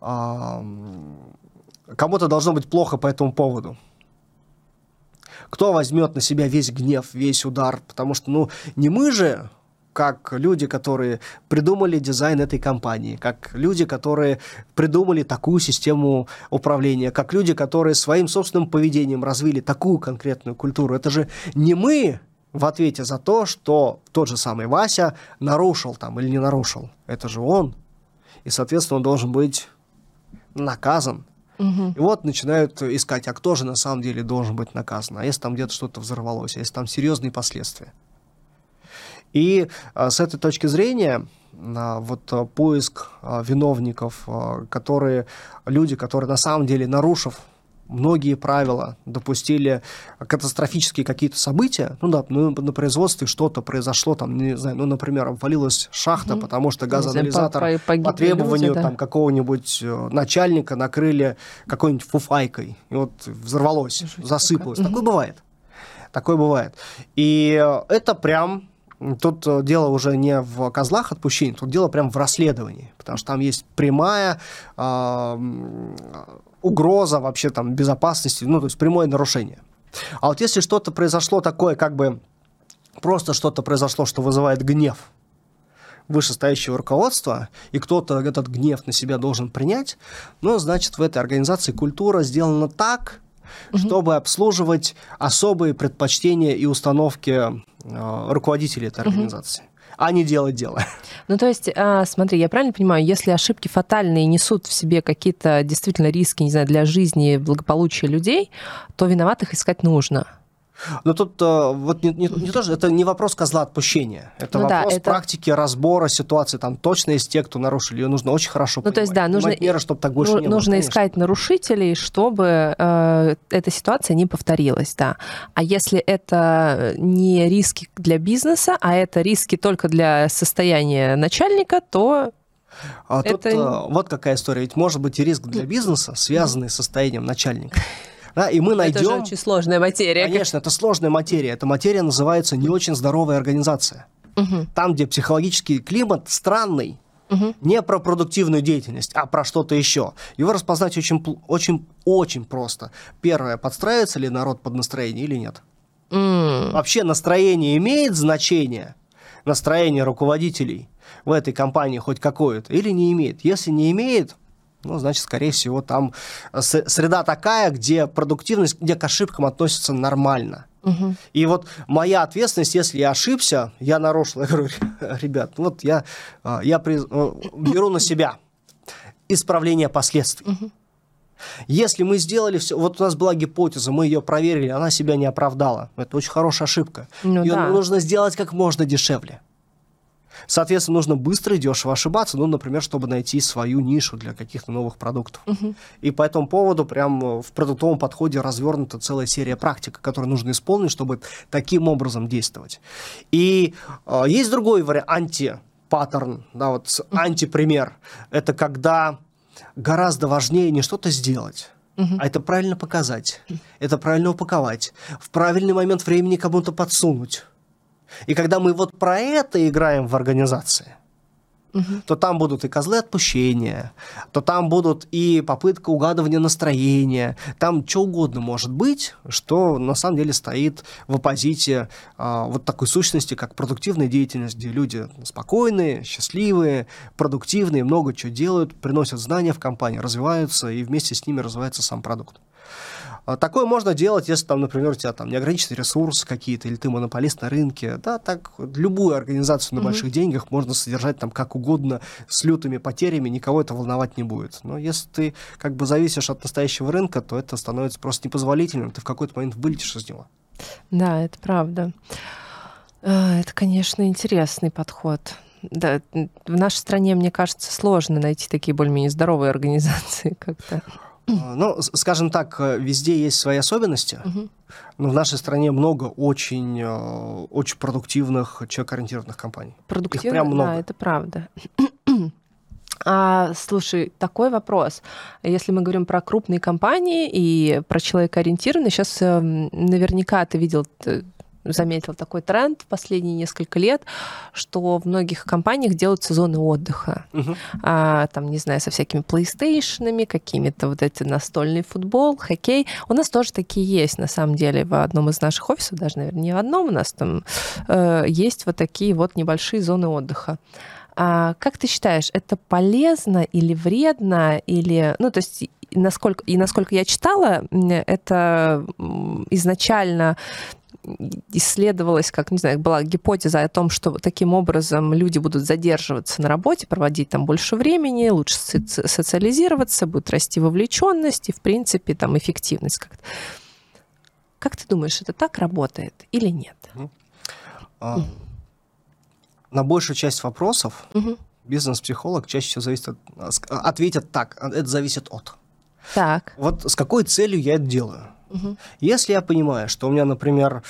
Кому-то должно быть плохо по этому поводу. Кто возьмет на себя весь гнев, весь удар? Потому что, ну, не мы же, как люди, которые придумали дизайн этой компании, как люди, которые придумали такую систему управления, как люди, которые своим собственным поведением развили такую конкретную культуру. Это же не мы в ответе за то, что тот же самый Вася нарушил там или не нарушил. Это же он. И, соответственно, он должен быть наказан. Угу. И вот начинают искать, а кто же на самом деле должен быть наказан, а если там где-то что-то взорвалось, а если там серьезные последствия. И а, с этой точки зрения а, вот а, поиск а, виновников, а, которые, люди, которые на самом деле, нарушив многие правила, допустили катастрофические какие-то события, ну да, ну, на производстве что-то произошло, там, не знаю, ну, например, обвалилась шахта, угу. потому что газоанализатор знаю, по, по, по требованию люди, да. там, какого-нибудь начальника накрыли какой-нибудь фуфайкой, и вот взорвалось, Жуть засыпалось. Такое угу. бывает. Такое бывает. И это прям... Тут дело уже не в козлах отпущения, тут дело прям в расследовании, потому что там есть прямая э, угроза вообще там безопасности, ну, то есть прямое нарушение. А вот если что-то произошло такое, как бы просто что-то произошло, что вызывает гнев вышестоящего руководства, и кто-то этот гнев на себя должен принять, ну, значит, в этой организации культура сделана так, чтобы обслуживать особые предпочтения и установки э, руководителей этой организации, угу. а не делать дело. Ну, то есть, а, смотри, я правильно понимаю, если ошибки фатальные несут в себе какие-то действительно риски, не знаю, для жизни и благополучия людей, то виноватых искать нужно. Но тут вот не, не, не то, что это не вопрос козла отпущения, это ну вопрос да, это... практики разбора ситуации. Там точно есть те, кто нарушили, ее нужно очень хорошо ну, понимать. То есть, да, нужно, меры, чтобы так больше ну, не было, нужно конечно. искать нарушителей, чтобы э, эта ситуация не повторилась, да. А если это не риски для бизнеса, а это риски только для состояния начальника, то... А это... тут вот какая история. Ведь может быть и риск для бизнеса, связанный с состоянием начальника. Да, и мы найдем... Это же очень сложная материя. Конечно, это сложная материя. Эта материя называется не очень здоровая организация. Угу. Там, где психологический климат странный, угу. не про продуктивную деятельность, а про что-то еще. Его распознать очень, очень, очень просто. Первое, подстраивается ли народ под настроение или нет. Mm. Вообще настроение имеет значение? Настроение руководителей в этой компании хоть какое-то или не имеет? Если не имеет... Ну, значит, скорее всего, там среда такая, где продуктивность, где к ошибкам относятся нормально. Угу. И вот моя ответственность, если я ошибся, я нарушил, я говорю, ребят, вот я, я приз... беру на себя исправление последствий. Угу. Если мы сделали все, вот у нас была гипотеза, мы ее проверили, она себя не оправдала. Это очень хорошая ошибка. Ну, ее да. нужно сделать как можно дешевле. Соответственно, нужно быстро и дешево ошибаться, ну, например, чтобы найти свою нишу для каких-то новых продуктов. Uh-huh. И по этому поводу прям в продуктовом подходе развернута целая серия практик, которые нужно исполнить, чтобы таким образом действовать. И э, есть другой вариант, анти-паттерн, да, вот uh-huh. антипример. Это когда гораздо важнее не что-то сделать, uh-huh. а это правильно показать, uh-huh. это правильно упаковать, в правильный момент времени кому-то подсунуть. И когда мы вот про это играем в организации, угу. то там будут и козлы отпущения, то там будут и попытка угадывания настроения, там что угодно может быть, что на самом деле стоит в оппозиции а, вот такой сущности, как продуктивная деятельность, где люди спокойные, счастливые, продуктивные, много чего делают, приносят знания в компанию, развиваются, и вместе с ними развивается сам продукт. Такое можно делать, если, там, например, у тебя там неограниченные ресурсы какие-то, или ты монополист на рынке. Да, так любую организацию на mm-hmm. больших деньгах можно содержать там как угодно, с лютыми потерями, никого это волновать не будет. Но если ты как бы зависишь от настоящего рынка, то это становится просто непозволительным, ты в какой-то момент вылетишь из него. Да, это правда. Это, конечно, интересный подход. Да, в нашей стране, мне кажется, сложно найти такие более-менее здоровые организации как-то. Ну, скажем так, везде есть свои особенности, угу. но в нашей стране много очень, очень продуктивных, человекоориентированных компаний. Продуктивных, их прям много. Да, это правда. А, слушай, такой вопрос. Если мы говорим про крупные компании и про человекоориентированные, сейчас наверняка ты видел... заметил такой тренд в последние несколько лет, что в многих компаниях делаются зоны отдыха. Uh-huh. А, там, не знаю, со всякими PlayStation'ами, какими-то вот эти настольный футбол, хоккей. У нас тоже такие есть, на самом деле, в одном из наших офисов, даже, наверное, не в одном, у нас там э, есть вот такие вот небольшие зоны отдыха. А, как ты считаешь, это полезно или вредно? Или, ну, то есть, насколько, и насколько я читала, это изначально исследовалось, как, не знаю, была гипотеза о том, что таким образом люди будут задерживаться на работе, проводить там больше времени, лучше соци- социализироваться, будет расти вовлеченность и, в принципе, там эффективность как-то. Как ты думаешь, это так работает или нет? А, mm. На большую часть вопросов mm-hmm. бизнес-психолог чаще всего зависит от, ответит так, это зависит от. Так. Вот с какой целью я это делаю? Угу. Если я понимаю, что у меня, например,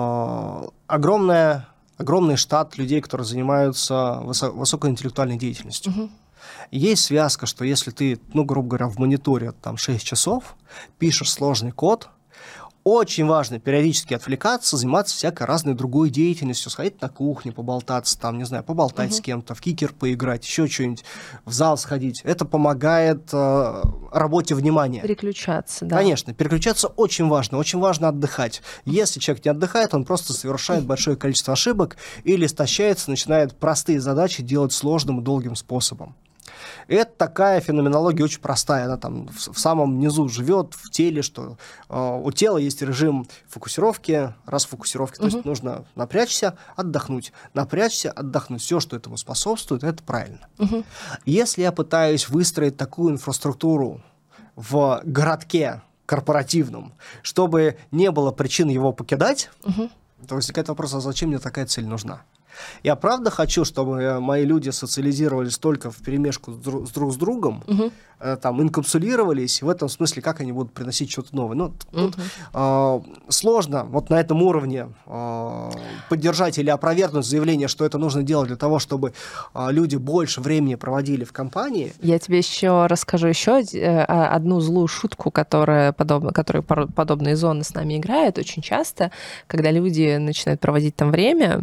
огромная, огромный штат людей, которые занимаются высо- высокоинтеллектуальной деятельностью, угу. есть связка, что если ты, ну, грубо говоря, в мониторе там, шесть часов, пишешь сложный код, очень важно периодически отвлекаться, заниматься всякой разной другой деятельностью, сходить на кухню, поболтаться, там, не знаю, поболтать uh-huh. с кем-то, в кикер поиграть, еще что-нибудь, в зал сходить. Это помогает э, работе внимания. Переключаться, да. Конечно, переключаться очень важно, очень важно отдыхать. Если человек не отдыхает, он просто совершает большое количество ошибок или истощается, начинает простые задачи делать сложным и долгим способом. Это такая феноменология очень простая, она там в, в самом низу живет, в теле, что э, у тела есть режим фокусировки, расфокусировки, uh-huh. то есть нужно напрячься, отдохнуть, напрячься, отдохнуть. Все, что этому способствует, это правильно. Uh-huh. Если я пытаюсь выстроить такую инфраструктуру в городке корпоративном, чтобы не было причин его покидать, uh-huh. то возникает вопрос, а зачем мне такая цель нужна? Я правда хочу, чтобы мои люди социализировались только вперемешку с, друг, с друг с другом, угу. э, там, инкапсулировались, и в этом смысле, как они будут приносить что-то новое. Ну, угу. тут, э, сложно вот на этом уровне э, поддержать или опровергнуть заявление, что это нужно делать для того, чтобы э, люди больше времени проводили в компании. Я тебе еще расскажу еще одну злую шутку, которая подобна, которой подобные зоны с нами играют очень часто, когда люди начинают проводить там время.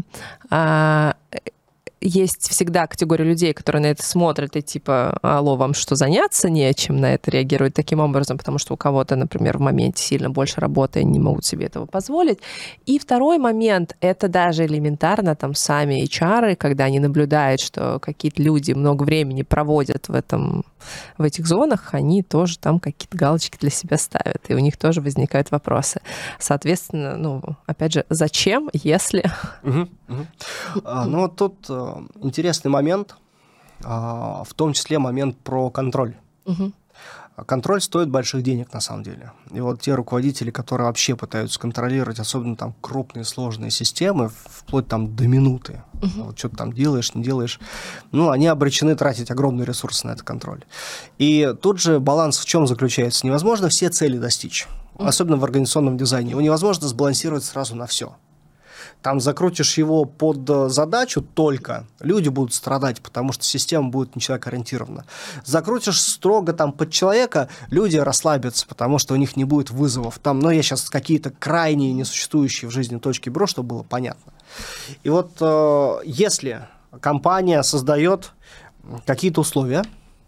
Есть всегда категория людей, которые на это смотрят и типа, алло, вам что, заняться нечем, на это реагируют таким образом, потому что у кого-то, например, в моменте сильно больше работы, они не могут себе этого позволить. И второй момент, это даже элементарно там сами эйч ар, когда они наблюдают, что какие-то люди много времени проводят в, этом, в этих зонах, они тоже там какие-то галочки для себя ставят, и у них тоже возникают вопросы. Соответственно, ну, опять же, зачем, если... Угу, угу. А, ну, тут интересный момент, в том числе момент про контроль. Угу. Контроль стоит больших денег, на самом деле. И вот те руководители, которые вообще пытаются контролировать, особенно там крупные сложные системы, вплоть там до минуты, uh-huh. вот что ты там делаешь, не делаешь, ну, они обречены тратить огромные ресурсы на этот контроль. И тут же баланс в чем заключается? Невозможно все цели достичь, uh-huh. особенно в организационном дизайне. Его невозможно сбалансировать сразу на все. Там закрутишь его под задачу только, люди будут страдать, потому что система будет не человекоориентирована. Закрутишь строго там под человека, люди расслабятся, потому что у них не будет вызовов. Там, ну, я сейчас какие-то крайние несуществующие в жизни точки беру, чтобы было понятно. И вот э, если компания создает какие-то условия,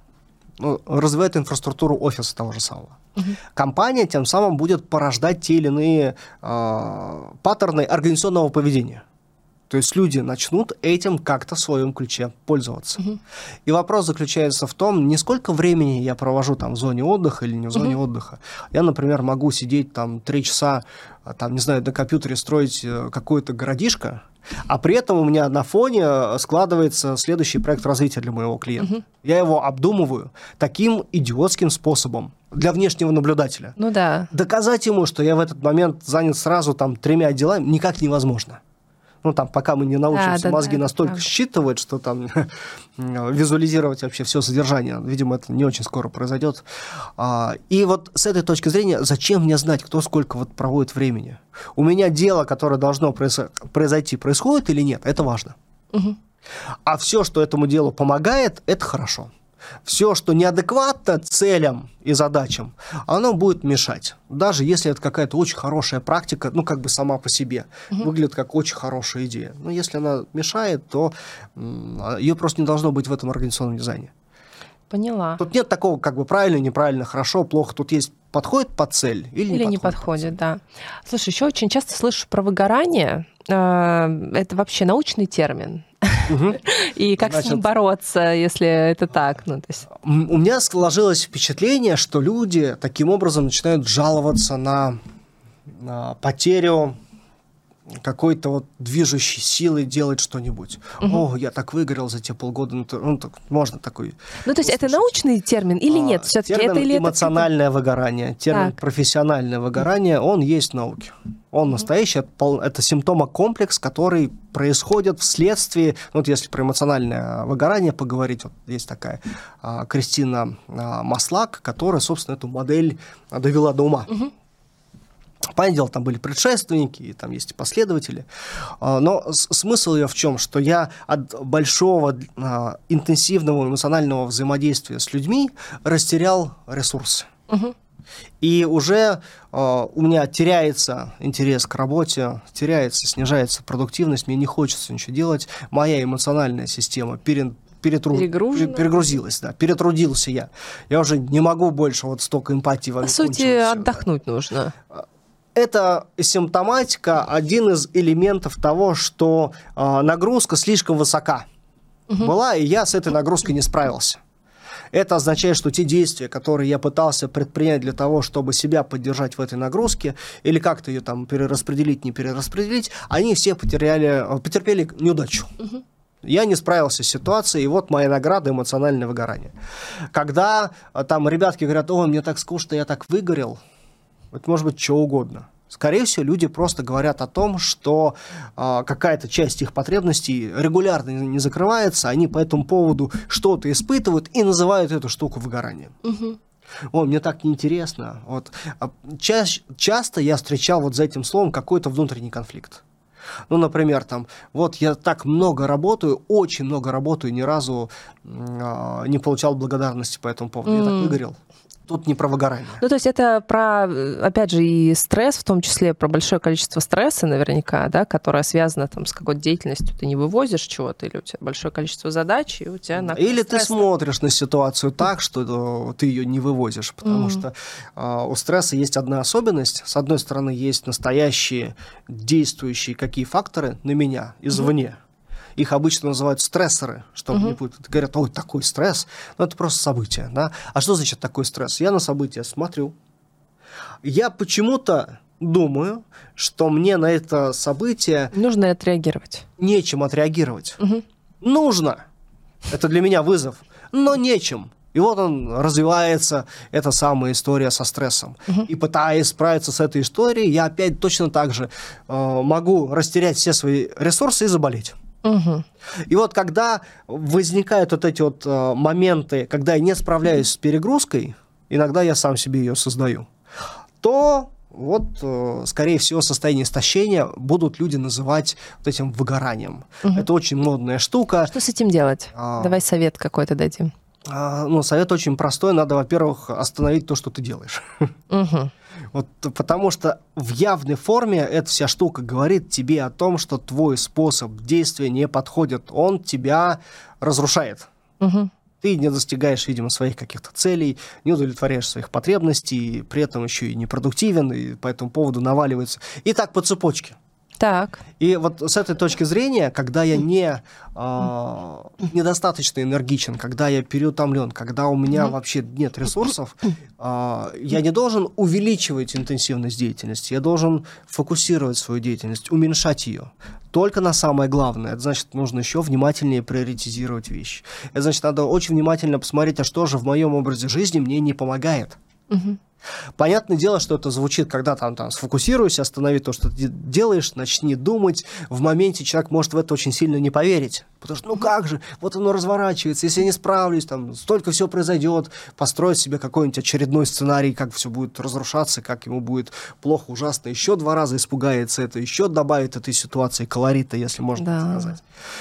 ну, развивает инфраструктуру офиса того же самого, Uh-huh. компания тем самым будет порождать те или иные э, паттерны организационного поведения. То есть люди начнут этим как-то в своем ключе пользоваться. Uh-huh. И вопрос заключается в том, не сколько времени я провожу там в зоне отдыха или не в зоне uh-huh. отдыха. Я, например, могу сидеть там три часа, там, не знаю, на компьютере строить какое-то городишко, а при этом у меня на фоне складывается следующий проект развития для моего клиента. Uh-huh. Я его обдумываю таким идиотским способом для внешнего наблюдателя. Ну да. Доказать ему, что я в этот момент занят сразу там тремя делами, никак невозможно. Ну, там, пока мы не научимся да, да, мозги да, настолько правда. Считывать, что там визуализировать вообще все содержание, видимо, это не очень скоро произойдет. И вот с этой точки зрения, зачем мне знать, кто сколько вот проводит времени? У меня дело, которое должно произойти, происходит или нет, это важно. Угу. А все, что этому делу помогает, это хорошо. Все, что неадекватно целям и задачам, оно будет мешать. Даже если это какая-то очень хорошая практика, ну, как бы сама по себе, угу. выглядит как очень хорошая идея. Но если она мешает, то ее просто не должно быть в этом организационном дизайне. Поняла. Тут нет такого, как бы, правильно, неправильно, хорошо, плохо. Тут есть подходит под цель или, или не, не подходит, да. Слушай, еще очень часто слышу про выгорание. Это вообще научный термин. Угу. И как Значит, с ним бороться, если это так? Ну, то есть... У меня сложилось впечатление, что люди таким образом начинают жаловаться на, на потерю какой-то вот движущей силой делать что-нибудь. Угу. О, я так выгорел за те полгода. Ну, то, ну так, можно такой... Ну, то есть услышать. Это научный термин или нет? А, Все-таки термин это или эмоциональное это... выгорание, термин так. профессиональное выгорание, он есть в науке. Он настоящий, это, это симптомокомплекс, который происходит вследствие, ну, вот если про эмоциональное выгорание поговорить, вот есть такая а, Кристина а, Маслак, которая, собственно, эту модель довела до ума. Угу. Понятное дело, там были предшественники, и там есть и последователи, но смысл ее в чем? Что я от большого интенсивного эмоционального взаимодействия с людьми растерял ресурсы. Угу. И уже uh, у меня теряется интерес к работе, теряется, снижается продуктивность, мне не хочется ничего делать, моя эмоциональная система перед, перетру... перегрузилась, да, перетрудился я. Я уже не могу больше вот столько эмпатии во мне. По сути, отдохнуть да. нужно. Это симптоматика, один из элементов того, что uh, нагрузка слишком высока угу. была, и я с этой нагрузкой не справился. Это означает, что те действия, которые я пытался предпринять для того, чтобы себя поддержать в этой нагрузке, или как-то ее там перераспределить, не перераспределить, они все потеряли, потерпели неудачу. Угу. Я не справился с ситуацией, и вот моя награда — эмоциональное выгорание. Когда там ребятки говорят: ой, мне так скучно, я так выгорел, это может быть что угодно. Скорее всего, люди просто говорят о том, что э, какая-то часть их потребностей регулярно не закрывается, они по этому поводу что-то испытывают и называют эту штуку выгоранием. Угу. Ой, мне так неинтересно. Вот. Ча- часто я встречал вот за этим словом какой-то внутренний конфликт. Ну, например, там, вот я так много работаю, очень много работаю, ни разу э, не получал благодарности по этому поводу. Mm. Я так выгорел. Тут не про выгорание. Ну, то есть это про, опять же, и стресс, в том числе про большое количество стресса наверняка, да, которое связано там с какой-то деятельностью. Ты не вывозишь чего-то, или у тебя большое количество задач, и у тебя... Или стресс... ты смотришь на ситуацию так, что ты ее не вывозишь, потому mm. что э, у стресса есть одна особенность. С одной стороны, есть настоящие действующие какие факторы на меня извне. Mm. Их обычно называют стрессоры, чтобы uh-huh. не путать. Говорят: ой, такой стресс. Но это просто событие. Да? А что значит такой стресс? Я на события смотрю. Я почему-то думаю, что мне на это событие... Нужно отреагировать. Нечем отреагировать. Uh-huh. Нужно. Это для меня вызов. Но нечем. И вот он развивается, эта самая история со стрессом. Uh-huh. И пытаясь справиться с этой историей, я опять точно так же э, могу растерять все свои ресурсы и заболеть. Угу. И вот когда возникают вот эти вот э, моменты, когда я не справляюсь с перегрузкой, иногда я сам себе ее создаю, то вот, э, скорее всего, состояние истощения будут люди называть вот этим выгоранием. Угу. Это очень модная штука. Что с этим делать? А... Давай совет какой-то дадим. А, ну, совет очень простой. Надо, во-первых, остановить то, что ты делаешь. Угу. Вот, потому что в явной форме эта вся штука говорит тебе о том, что твой способ действия не подходит. Он тебя разрушает. Угу. Ты не достигаешь, видимо, своих каких-то целей, не удовлетворяешь своих потребностей, при этом еще и непродуктивен, и по этому поводу наваливается. И так по цепочке. Так. И вот с этой точки зрения, когда я не, э, недостаточно энергичен, когда я переутомлен, когда у меня mm-hmm. вообще нет ресурсов, э, я не должен увеличивать интенсивность деятельности, я должен фокусировать свою деятельность, уменьшать ее. Только на самое главное. Это значит, нужно еще внимательнее приоритизировать вещи. Это значит, надо очень внимательно посмотреть, а что же в моем образе жизни мне не помогает. Mm-hmm. Понятное дело, что это звучит, когда там, там сфокусируйся, останови то, что ты делаешь, начни думать. В моменте человек может в это очень сильно не поверить. Потому что, ну как же, вот оно разворачивается, если я не справлюсь, там столько всего произойдет, построить себе какой-нибудь очередной сценарий, как все будет разрушаться, как ему будет плохо, ужасно, еще два раза испугается это, еще добавит этой ситуации колорита, если можно да. так сказать.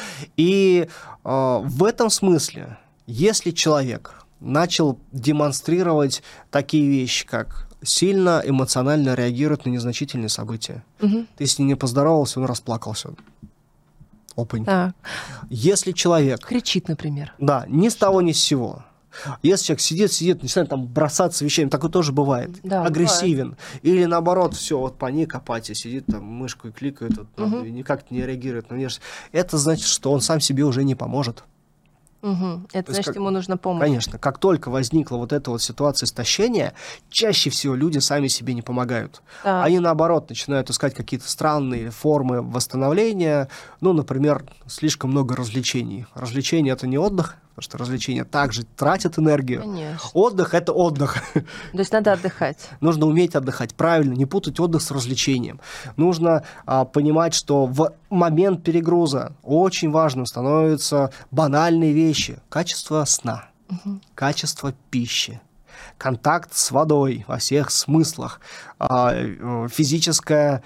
И э, в этом смысле, если человек начал демонстрировать такие вещи, как сильно эмоционально реагирует на незначительные события. Угу. Ты с ним не поздоровался, он расплакался. Опаньки. Так. Если человек... Кричит, например. Да, ни с того, ни с сего. Если человек сидит, сидит, начинает там бросаться вещами, такое тоже бывает. Да, агрессивен. Бывает. Или наоборот, все, вот паника, апатия, сидит там мышкой кликает, вот, угу. и никак не реагирует на внешность. Это значит, что он сам себе уже не поможет. Угу. Это значит, как, ему нужна помощь. Конечно. Как только возникла вот эта вот ситуация истощения, чаще всего люди сами себе не помогают. Да. Они, наоборот, начинают искать какие-то странные формы восстановления. Ну, например, слишком много развлечений. Развлечения — это не отдых, потому что развлечения также тратят энергию. Конечно. Отдых — это отдых. То есть надо отдыхать. Нужно уметь отдыхать, правильно, не путать отдых с развлечением. Нужно а, понимать, что в момент перегруза очень важным становятся банальные вещи. Качество сна, угу. качество пищи, контакт с водой во всех смыслах, физическое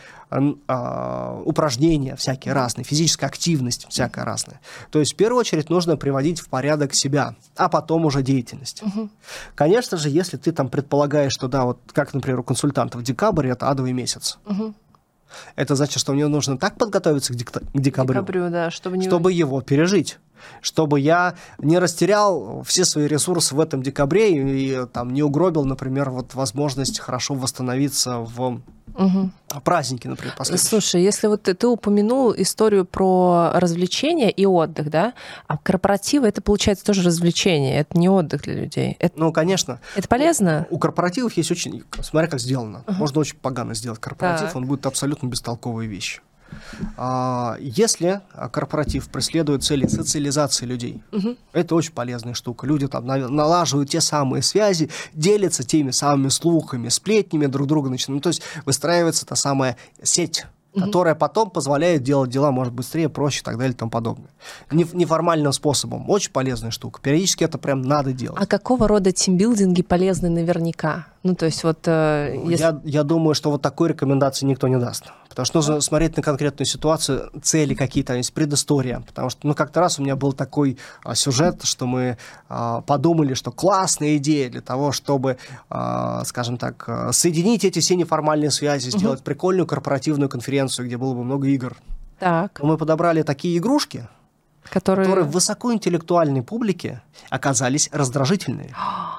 упражнения всякие разные, физическая активность всякая разная. То есть в первую очередь нужно приводить в порядок себя, а потом уже деятельность. Угу. Конечно же, если ты там предполагаешь, что да, вот как, например, у консультантов декабрь — это адовый месяц. Угу. Это значит, что мне нужно так подготовиться к, дек- к декабрю, декабрю да, чтобы, не... чтобы его пережить. Чтобы я не растерял все свои ресурсы в этом декабре и, и там, не угробил, например, вот возможность хорошо восстановиться в угу. праздники, например, последующие. Слушай, если вот ты, ты упомянул историю про развлечения и отдых, да, а корпоративы — это, получается, тоже развлечение, это не отдых для людей. Это... Ну, конечно. Это полезно? У, у корпоративов есть очень... Смотря как сделано. Uh-huh. Можно очень погано сделать корпоратив, так. Он будет абсолютно бестолковой вещью. Если корпоратив преследует цели социализации людей, угу. это очень полезная штука. Люди там налаживают те самые связи, делятся теми самыми слухами, сплетнями друг друга начинают. Ну, то есть выстраивается та самая сеть, угу. которая потом позволяет делать дела, может, быстрее, проще и так далее и тому подобное. Неформальным способом. Очень полезная штука. Периодически это прям надо делать. А какого рода тимбилдинги полезны наверняка? Ну, то есть вот... Э, если... я, я думаю, что вот такой рекомендации никто не даст. Потому что нужно смотреть на конкретную ситуацию, цели какие-то, есть предыстория. Потому что, ну, как-то раз у меня был такой а, сюжет, что мы а, подумали, что классная идея для того, чтобы, а, скажем так, соединить эти все неформальные связи, угу. сделать прикольную корпоративную конференцию, где было бы много игр. Так. Но мы подобрали такие игрушки, которые, которые в высокоинтеллектуальной публике оказались раздражительными.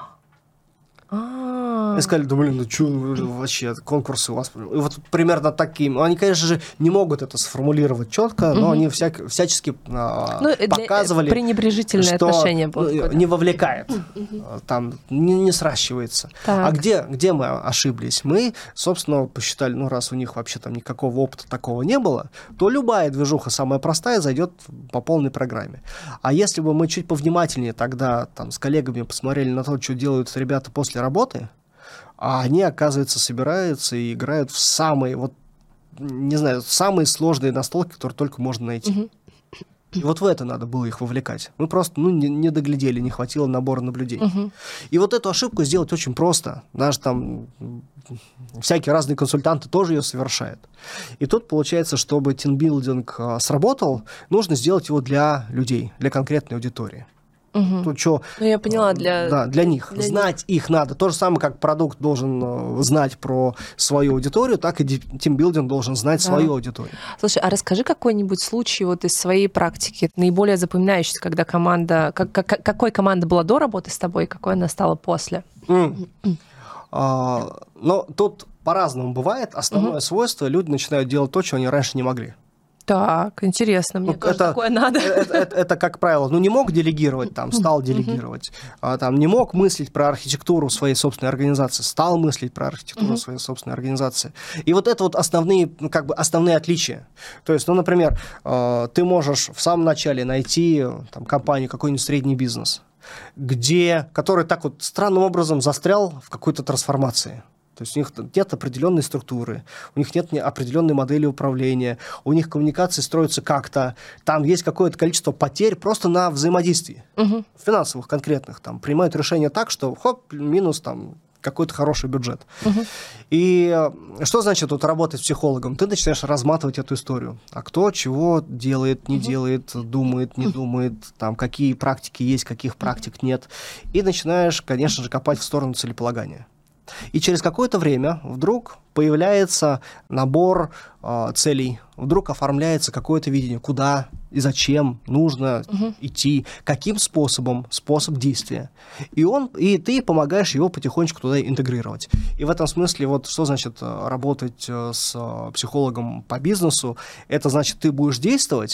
И сказали, да блин, ну что вообще, конкурсы у вас... И вот примерно таким. Они, конечно же, не могут это сформулировать четко, но угу. они всяк, всячески а, ну, показывали, пренебрежительное что отношение было, не вовлекает, угу. там не, не сращивается. Так. А где, где мы ошиблись? Мы, собственно, посчитали, ну раз у них вообще там никакого опыта такого не было, то любая движуха, самая простая, зайдет по полной программе. А если бы мы чуть повнимательнее тогда там, с коллегами посмотрели на то, что делают ребята после работы, а они, оказывается, собираются и играют в самые, вот, не знаю, самые сложные настолки, которые только можно найти. Угу. И вот в это надо было их вовлекать. Мы просто ну, не, не доглядели, не хватило набора наблюдений. Угу. И вот эту ошибку сделать очень просто. Даже там всякие разные консультанты тоже ее совершают. И тут получается, чтобы тимбилдинг сработал, нужно сделать его для людей, для конкретной аудитории. Угу. Тут что, ну, я поняла, для... Да, для них. Для знать них. Их надо. То же самое, как продукт должен знать про свою аудиторию, так и тимбилдинг должен знать да. свою аудиторию. Слушай, а расскажи какой-нибудь случай вот из своей практики, наиболее запоминающийся, когда команда... Как, как, какой команда была до работы с тобой, какой она стала после? Mm. а, но тут по-разному бывает. Основное mm-hmm. свойство — люди начинают делать то, чего они раньше не могли. Так, интересно, мне ну, тоже это, такое надо. Это, это, это, как правило, ну не мог делегировать, там, стал делегировать, а, там, не мог мыслить про архитектуру своей собственной организации, стал мыслить про архитектуру uh-huh. своей собственной организации. И вот это вот основные, ну, как бы основные отличия. То есть, ну, например, э, ты можешь в самом начале найти там, компанию, какой-нибудь средний бизнес, где, который так вот странным образом застрял в какой-то трансформации. То есть у них нет определенной структуры, у них нет определенной модели управления, у них коммуникации строятся как-то, там есть какое-то количество потерь просто на взаимодействии, угу. финансовых конкретных. Там, принимают решения так, что хоп, минус там, какой-то хороший бюджет. Угу. И что значит тут работать с психологом? Ты начинаешь разматывать эту историю. А кто чего делает, не угу. делает, думает, не думает, там, какие практики есть, каких практик нет. И начинаешь, конечно же, копать в сторону целеполагания. И через какое-то время вдруг появляется набор э, целей, вдруг оформляется какое-то видение, куда и зачем нужно угу. идти, каким способом, способ действия. И, он, и ты помогаешь его потихонечку туда интегрировать. И в этом смысле, вот что значит работать с психологом по бизнесу, это значит, ты будешь действовать,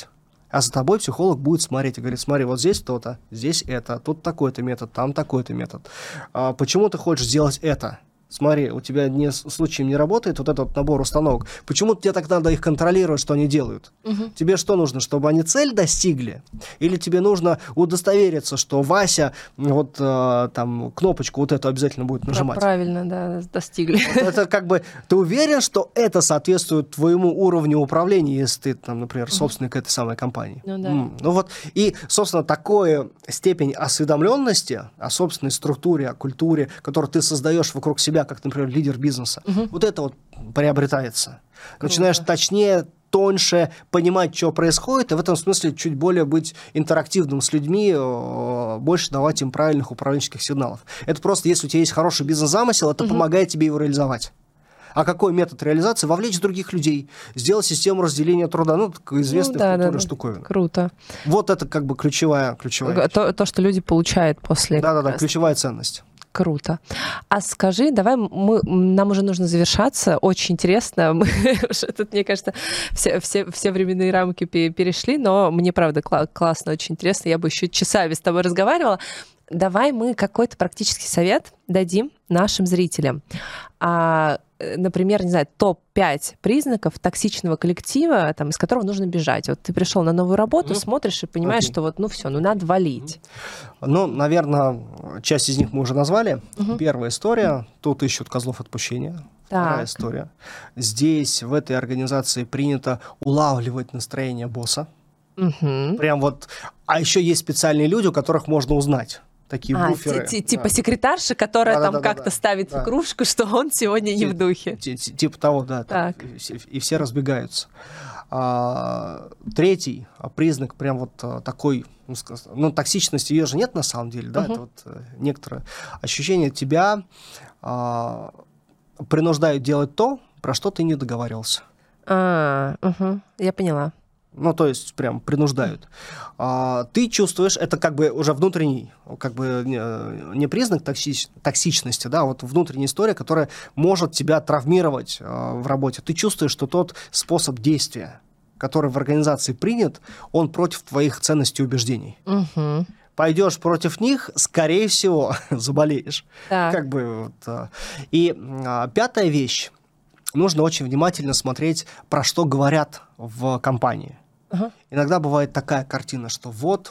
А за тобой психолог будет смотреть и говорит, смотри, вот здесь то-то, здесь это, тут такой-то метод, там такой-то метод. А почему ты хочешь сделать это? Смотри, у тебя не, случаем не работает вот этот вот набор установок. Почему тебе так надо их контролировать, что они делают? Угу. Тебе что нужно, чтобы они цель достигли? Или тебе нужно удостовериться, что Вася вот э, там кнопочку вот эту обязательно будет нажимать? Правильно, да, достигли. Это как бы, ты уверен, что это соответствует твоему уровню управления, если ты, там, например, собственник этой самой компании? Ну да. Mm. Ну вот, и, собственно, такая степень осведомленности о собственной структуре, о культуре, которую ты создаешь вокруг себя, как, например, лидер бизнеса, угу. вот это вот приобретается. Круто. Начинаешь точнее, тоньше понимать, что происходит, и в этом смысле чуть более быть интерактивным с людьми, больше давать им правильных управленческих сигналов. Это просто, если у тебя есть хороший бизнес-замысел, это угу. помогает тебе его реализовать. А какой метод реализации? Вовлечь других людей, сделать систему разделения труда, ну, известная ну, да, в культуре да, штуковина. Круто. Вот это как бы ключевая, ключевая то, то, что люди получают после... Да-да-да, ключевая ценность. Круто. А скажи, давай, мы, нам уже нужно завершаться. Очень интересно. Мы уже тут, мне кажется, все, все, все временные рамки перешли, но мне, правда, классно, очень интересно. Я бы еще часами с тобой разговаривала. Давай мы какой-то практический совет дадим нашим зрителям. А, например, не знаю, топ пять признаков токсичного коллектива, там, из которого нужно бежать. Вот ты пришел на новую работу, mm-hmm. смотришь и понимаешь, okay. что вот, ну все, ну надо валить. Mm-hmm. Ну, наверное, часть из них мы уже назвали. Mm-hmm. Первая история. Тут ищут козлов отпущения. Так. Вторая история. Здесь, в этой организации, принято улавливать настроение босса. Mm-hmm. Прям вот. А еще есть специальные люди, у которых можно узнать. Такие а, буферы. Т- т- типа да. секретарша, которая да, там да, да, как-то да, ставит да. кружку, что он сегодня не Т- в духе. Т- т- типа того, да. Так. И, все, и все разбегаются. А, третий признак прям вот такой, ну, ну, токсичности ее же нет на самом деле, да, uh-huh. это вот некоторое ощущение тебя а, принуждают делать то, про что ты не договаривался. А, угу. Я поняла. Ну, то есть, прям принуждают. А, ты чувствуешь, это как бы уже внутренний, как бы не, не признак токсич, токсичности, да, вот внутренняя история, которая может тебя травмировать а, в работе. Ты чувствуешь, что тот способ действия, который в организации принят, он против твоих ценностей и убеждений. Угу. Пойдешь против них, скорее всего, заболеешь. Так. Как бы вот. И а, пятая вещь. Нужно очень внимательно смотреть, про что говорят в компании. Uh-huh. Иногда бывает такая картина, что вот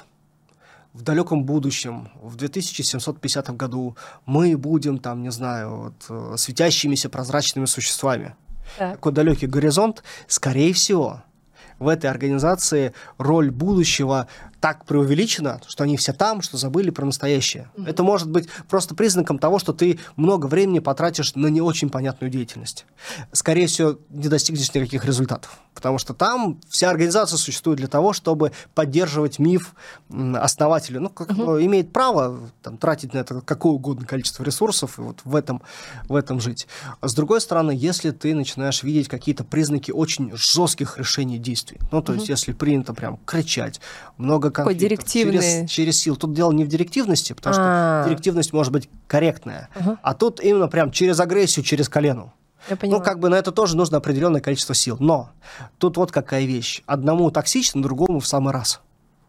в далеком будущем, в две тысячи семьсот пятидесятом году мы будем, там, не знаю, вот, светящимися прозрачными существами. Uh-huh. Такой далекий горизонт. Скорее всего, в этой организации роль будущего так преувеличена, что они все там, что забыли про настоящее. Mm-hmm. Это может быть просто признаком того, что ты много времени потратишь на не очень понятную деятельность. Скорее всего, не достигнешь никаких результатов. Потому что там вся организация существует для того, чтобы поддерживать миф основателя. Ну, как, mm-hmm. имеет право там, тратить на это какое угодно количество ресурсов и вот в этом, в этом жить. А с другой стороны, если ты начинаешь видеть какие-то признаки очень жестких решений действий, ну, то mm-hmm. есть если принято прям кричать, много конфликтов через, через силу. Тут дело не в директивности, потому А-а-а. что директивность может быть корректная, uh-huh. а тут именно прям через агрессию, через колено. Ну, как бы на это тоже нужно определенное количество сил. Но тут вот какая вещь. Одному токсично, другому в самый раз.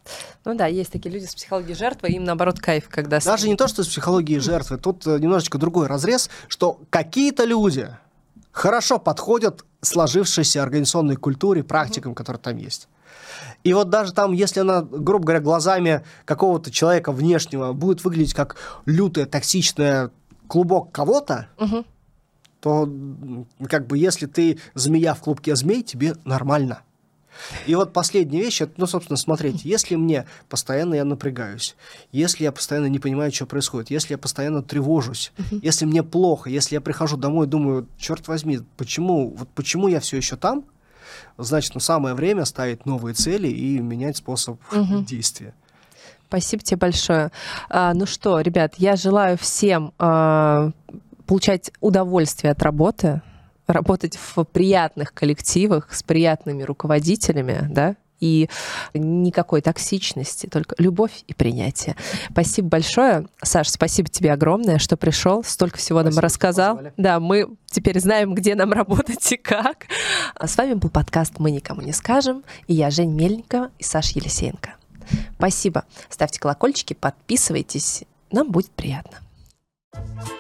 Ну да, есть такие люди с психологией жертвы, им наоборот кайф, когда... Даже не то, что с психологией жертвы. Тут немножечко другой разрез, что какие-то люди хорошо подходят сложившейся организационной культуре, практикам, uh-huh. которые там есть. И вот даже там, если она, грубо говоря, глазами какого-то человека внешнего будет выглядеть как лютая, токсичная клубок кого-то, угу. то как бы если ты змея в клубке змей, тебе нормально. И вот последняя вещь, это, ну, собственно, смотрите, если мне постоянно я напрягаюсь, если я постоянно не понимаю, что происходит, если я постоянно тревожусь, uh-huh. если мне плохо, если я прихожу домой и думаю, черт возьми, почему, вот почему я все еще там, значит, ну, самое время ставить новые цели и менять способ uh-huh. действия. Спасибо тебе большое. А, ну что, ребят, я желаю всем а, получать удовольствие от работы, работать в приятных коллективах с приятными руководителями, да, и никакой токсичности, только любовь и принятие. Спасибо большое. Саш, спасибо тебе огромное, что пришел, столько всего спасибо, нам рассказал. Да, мы теперь знаем, где нам работать и как. А с вами был подкаст «Мы никому не скажем», и я, Жень Мельникова, и Саша Елисеенко. Спасибо. Ставьте колокольчики, подписывайтесь. Нам будет приятно.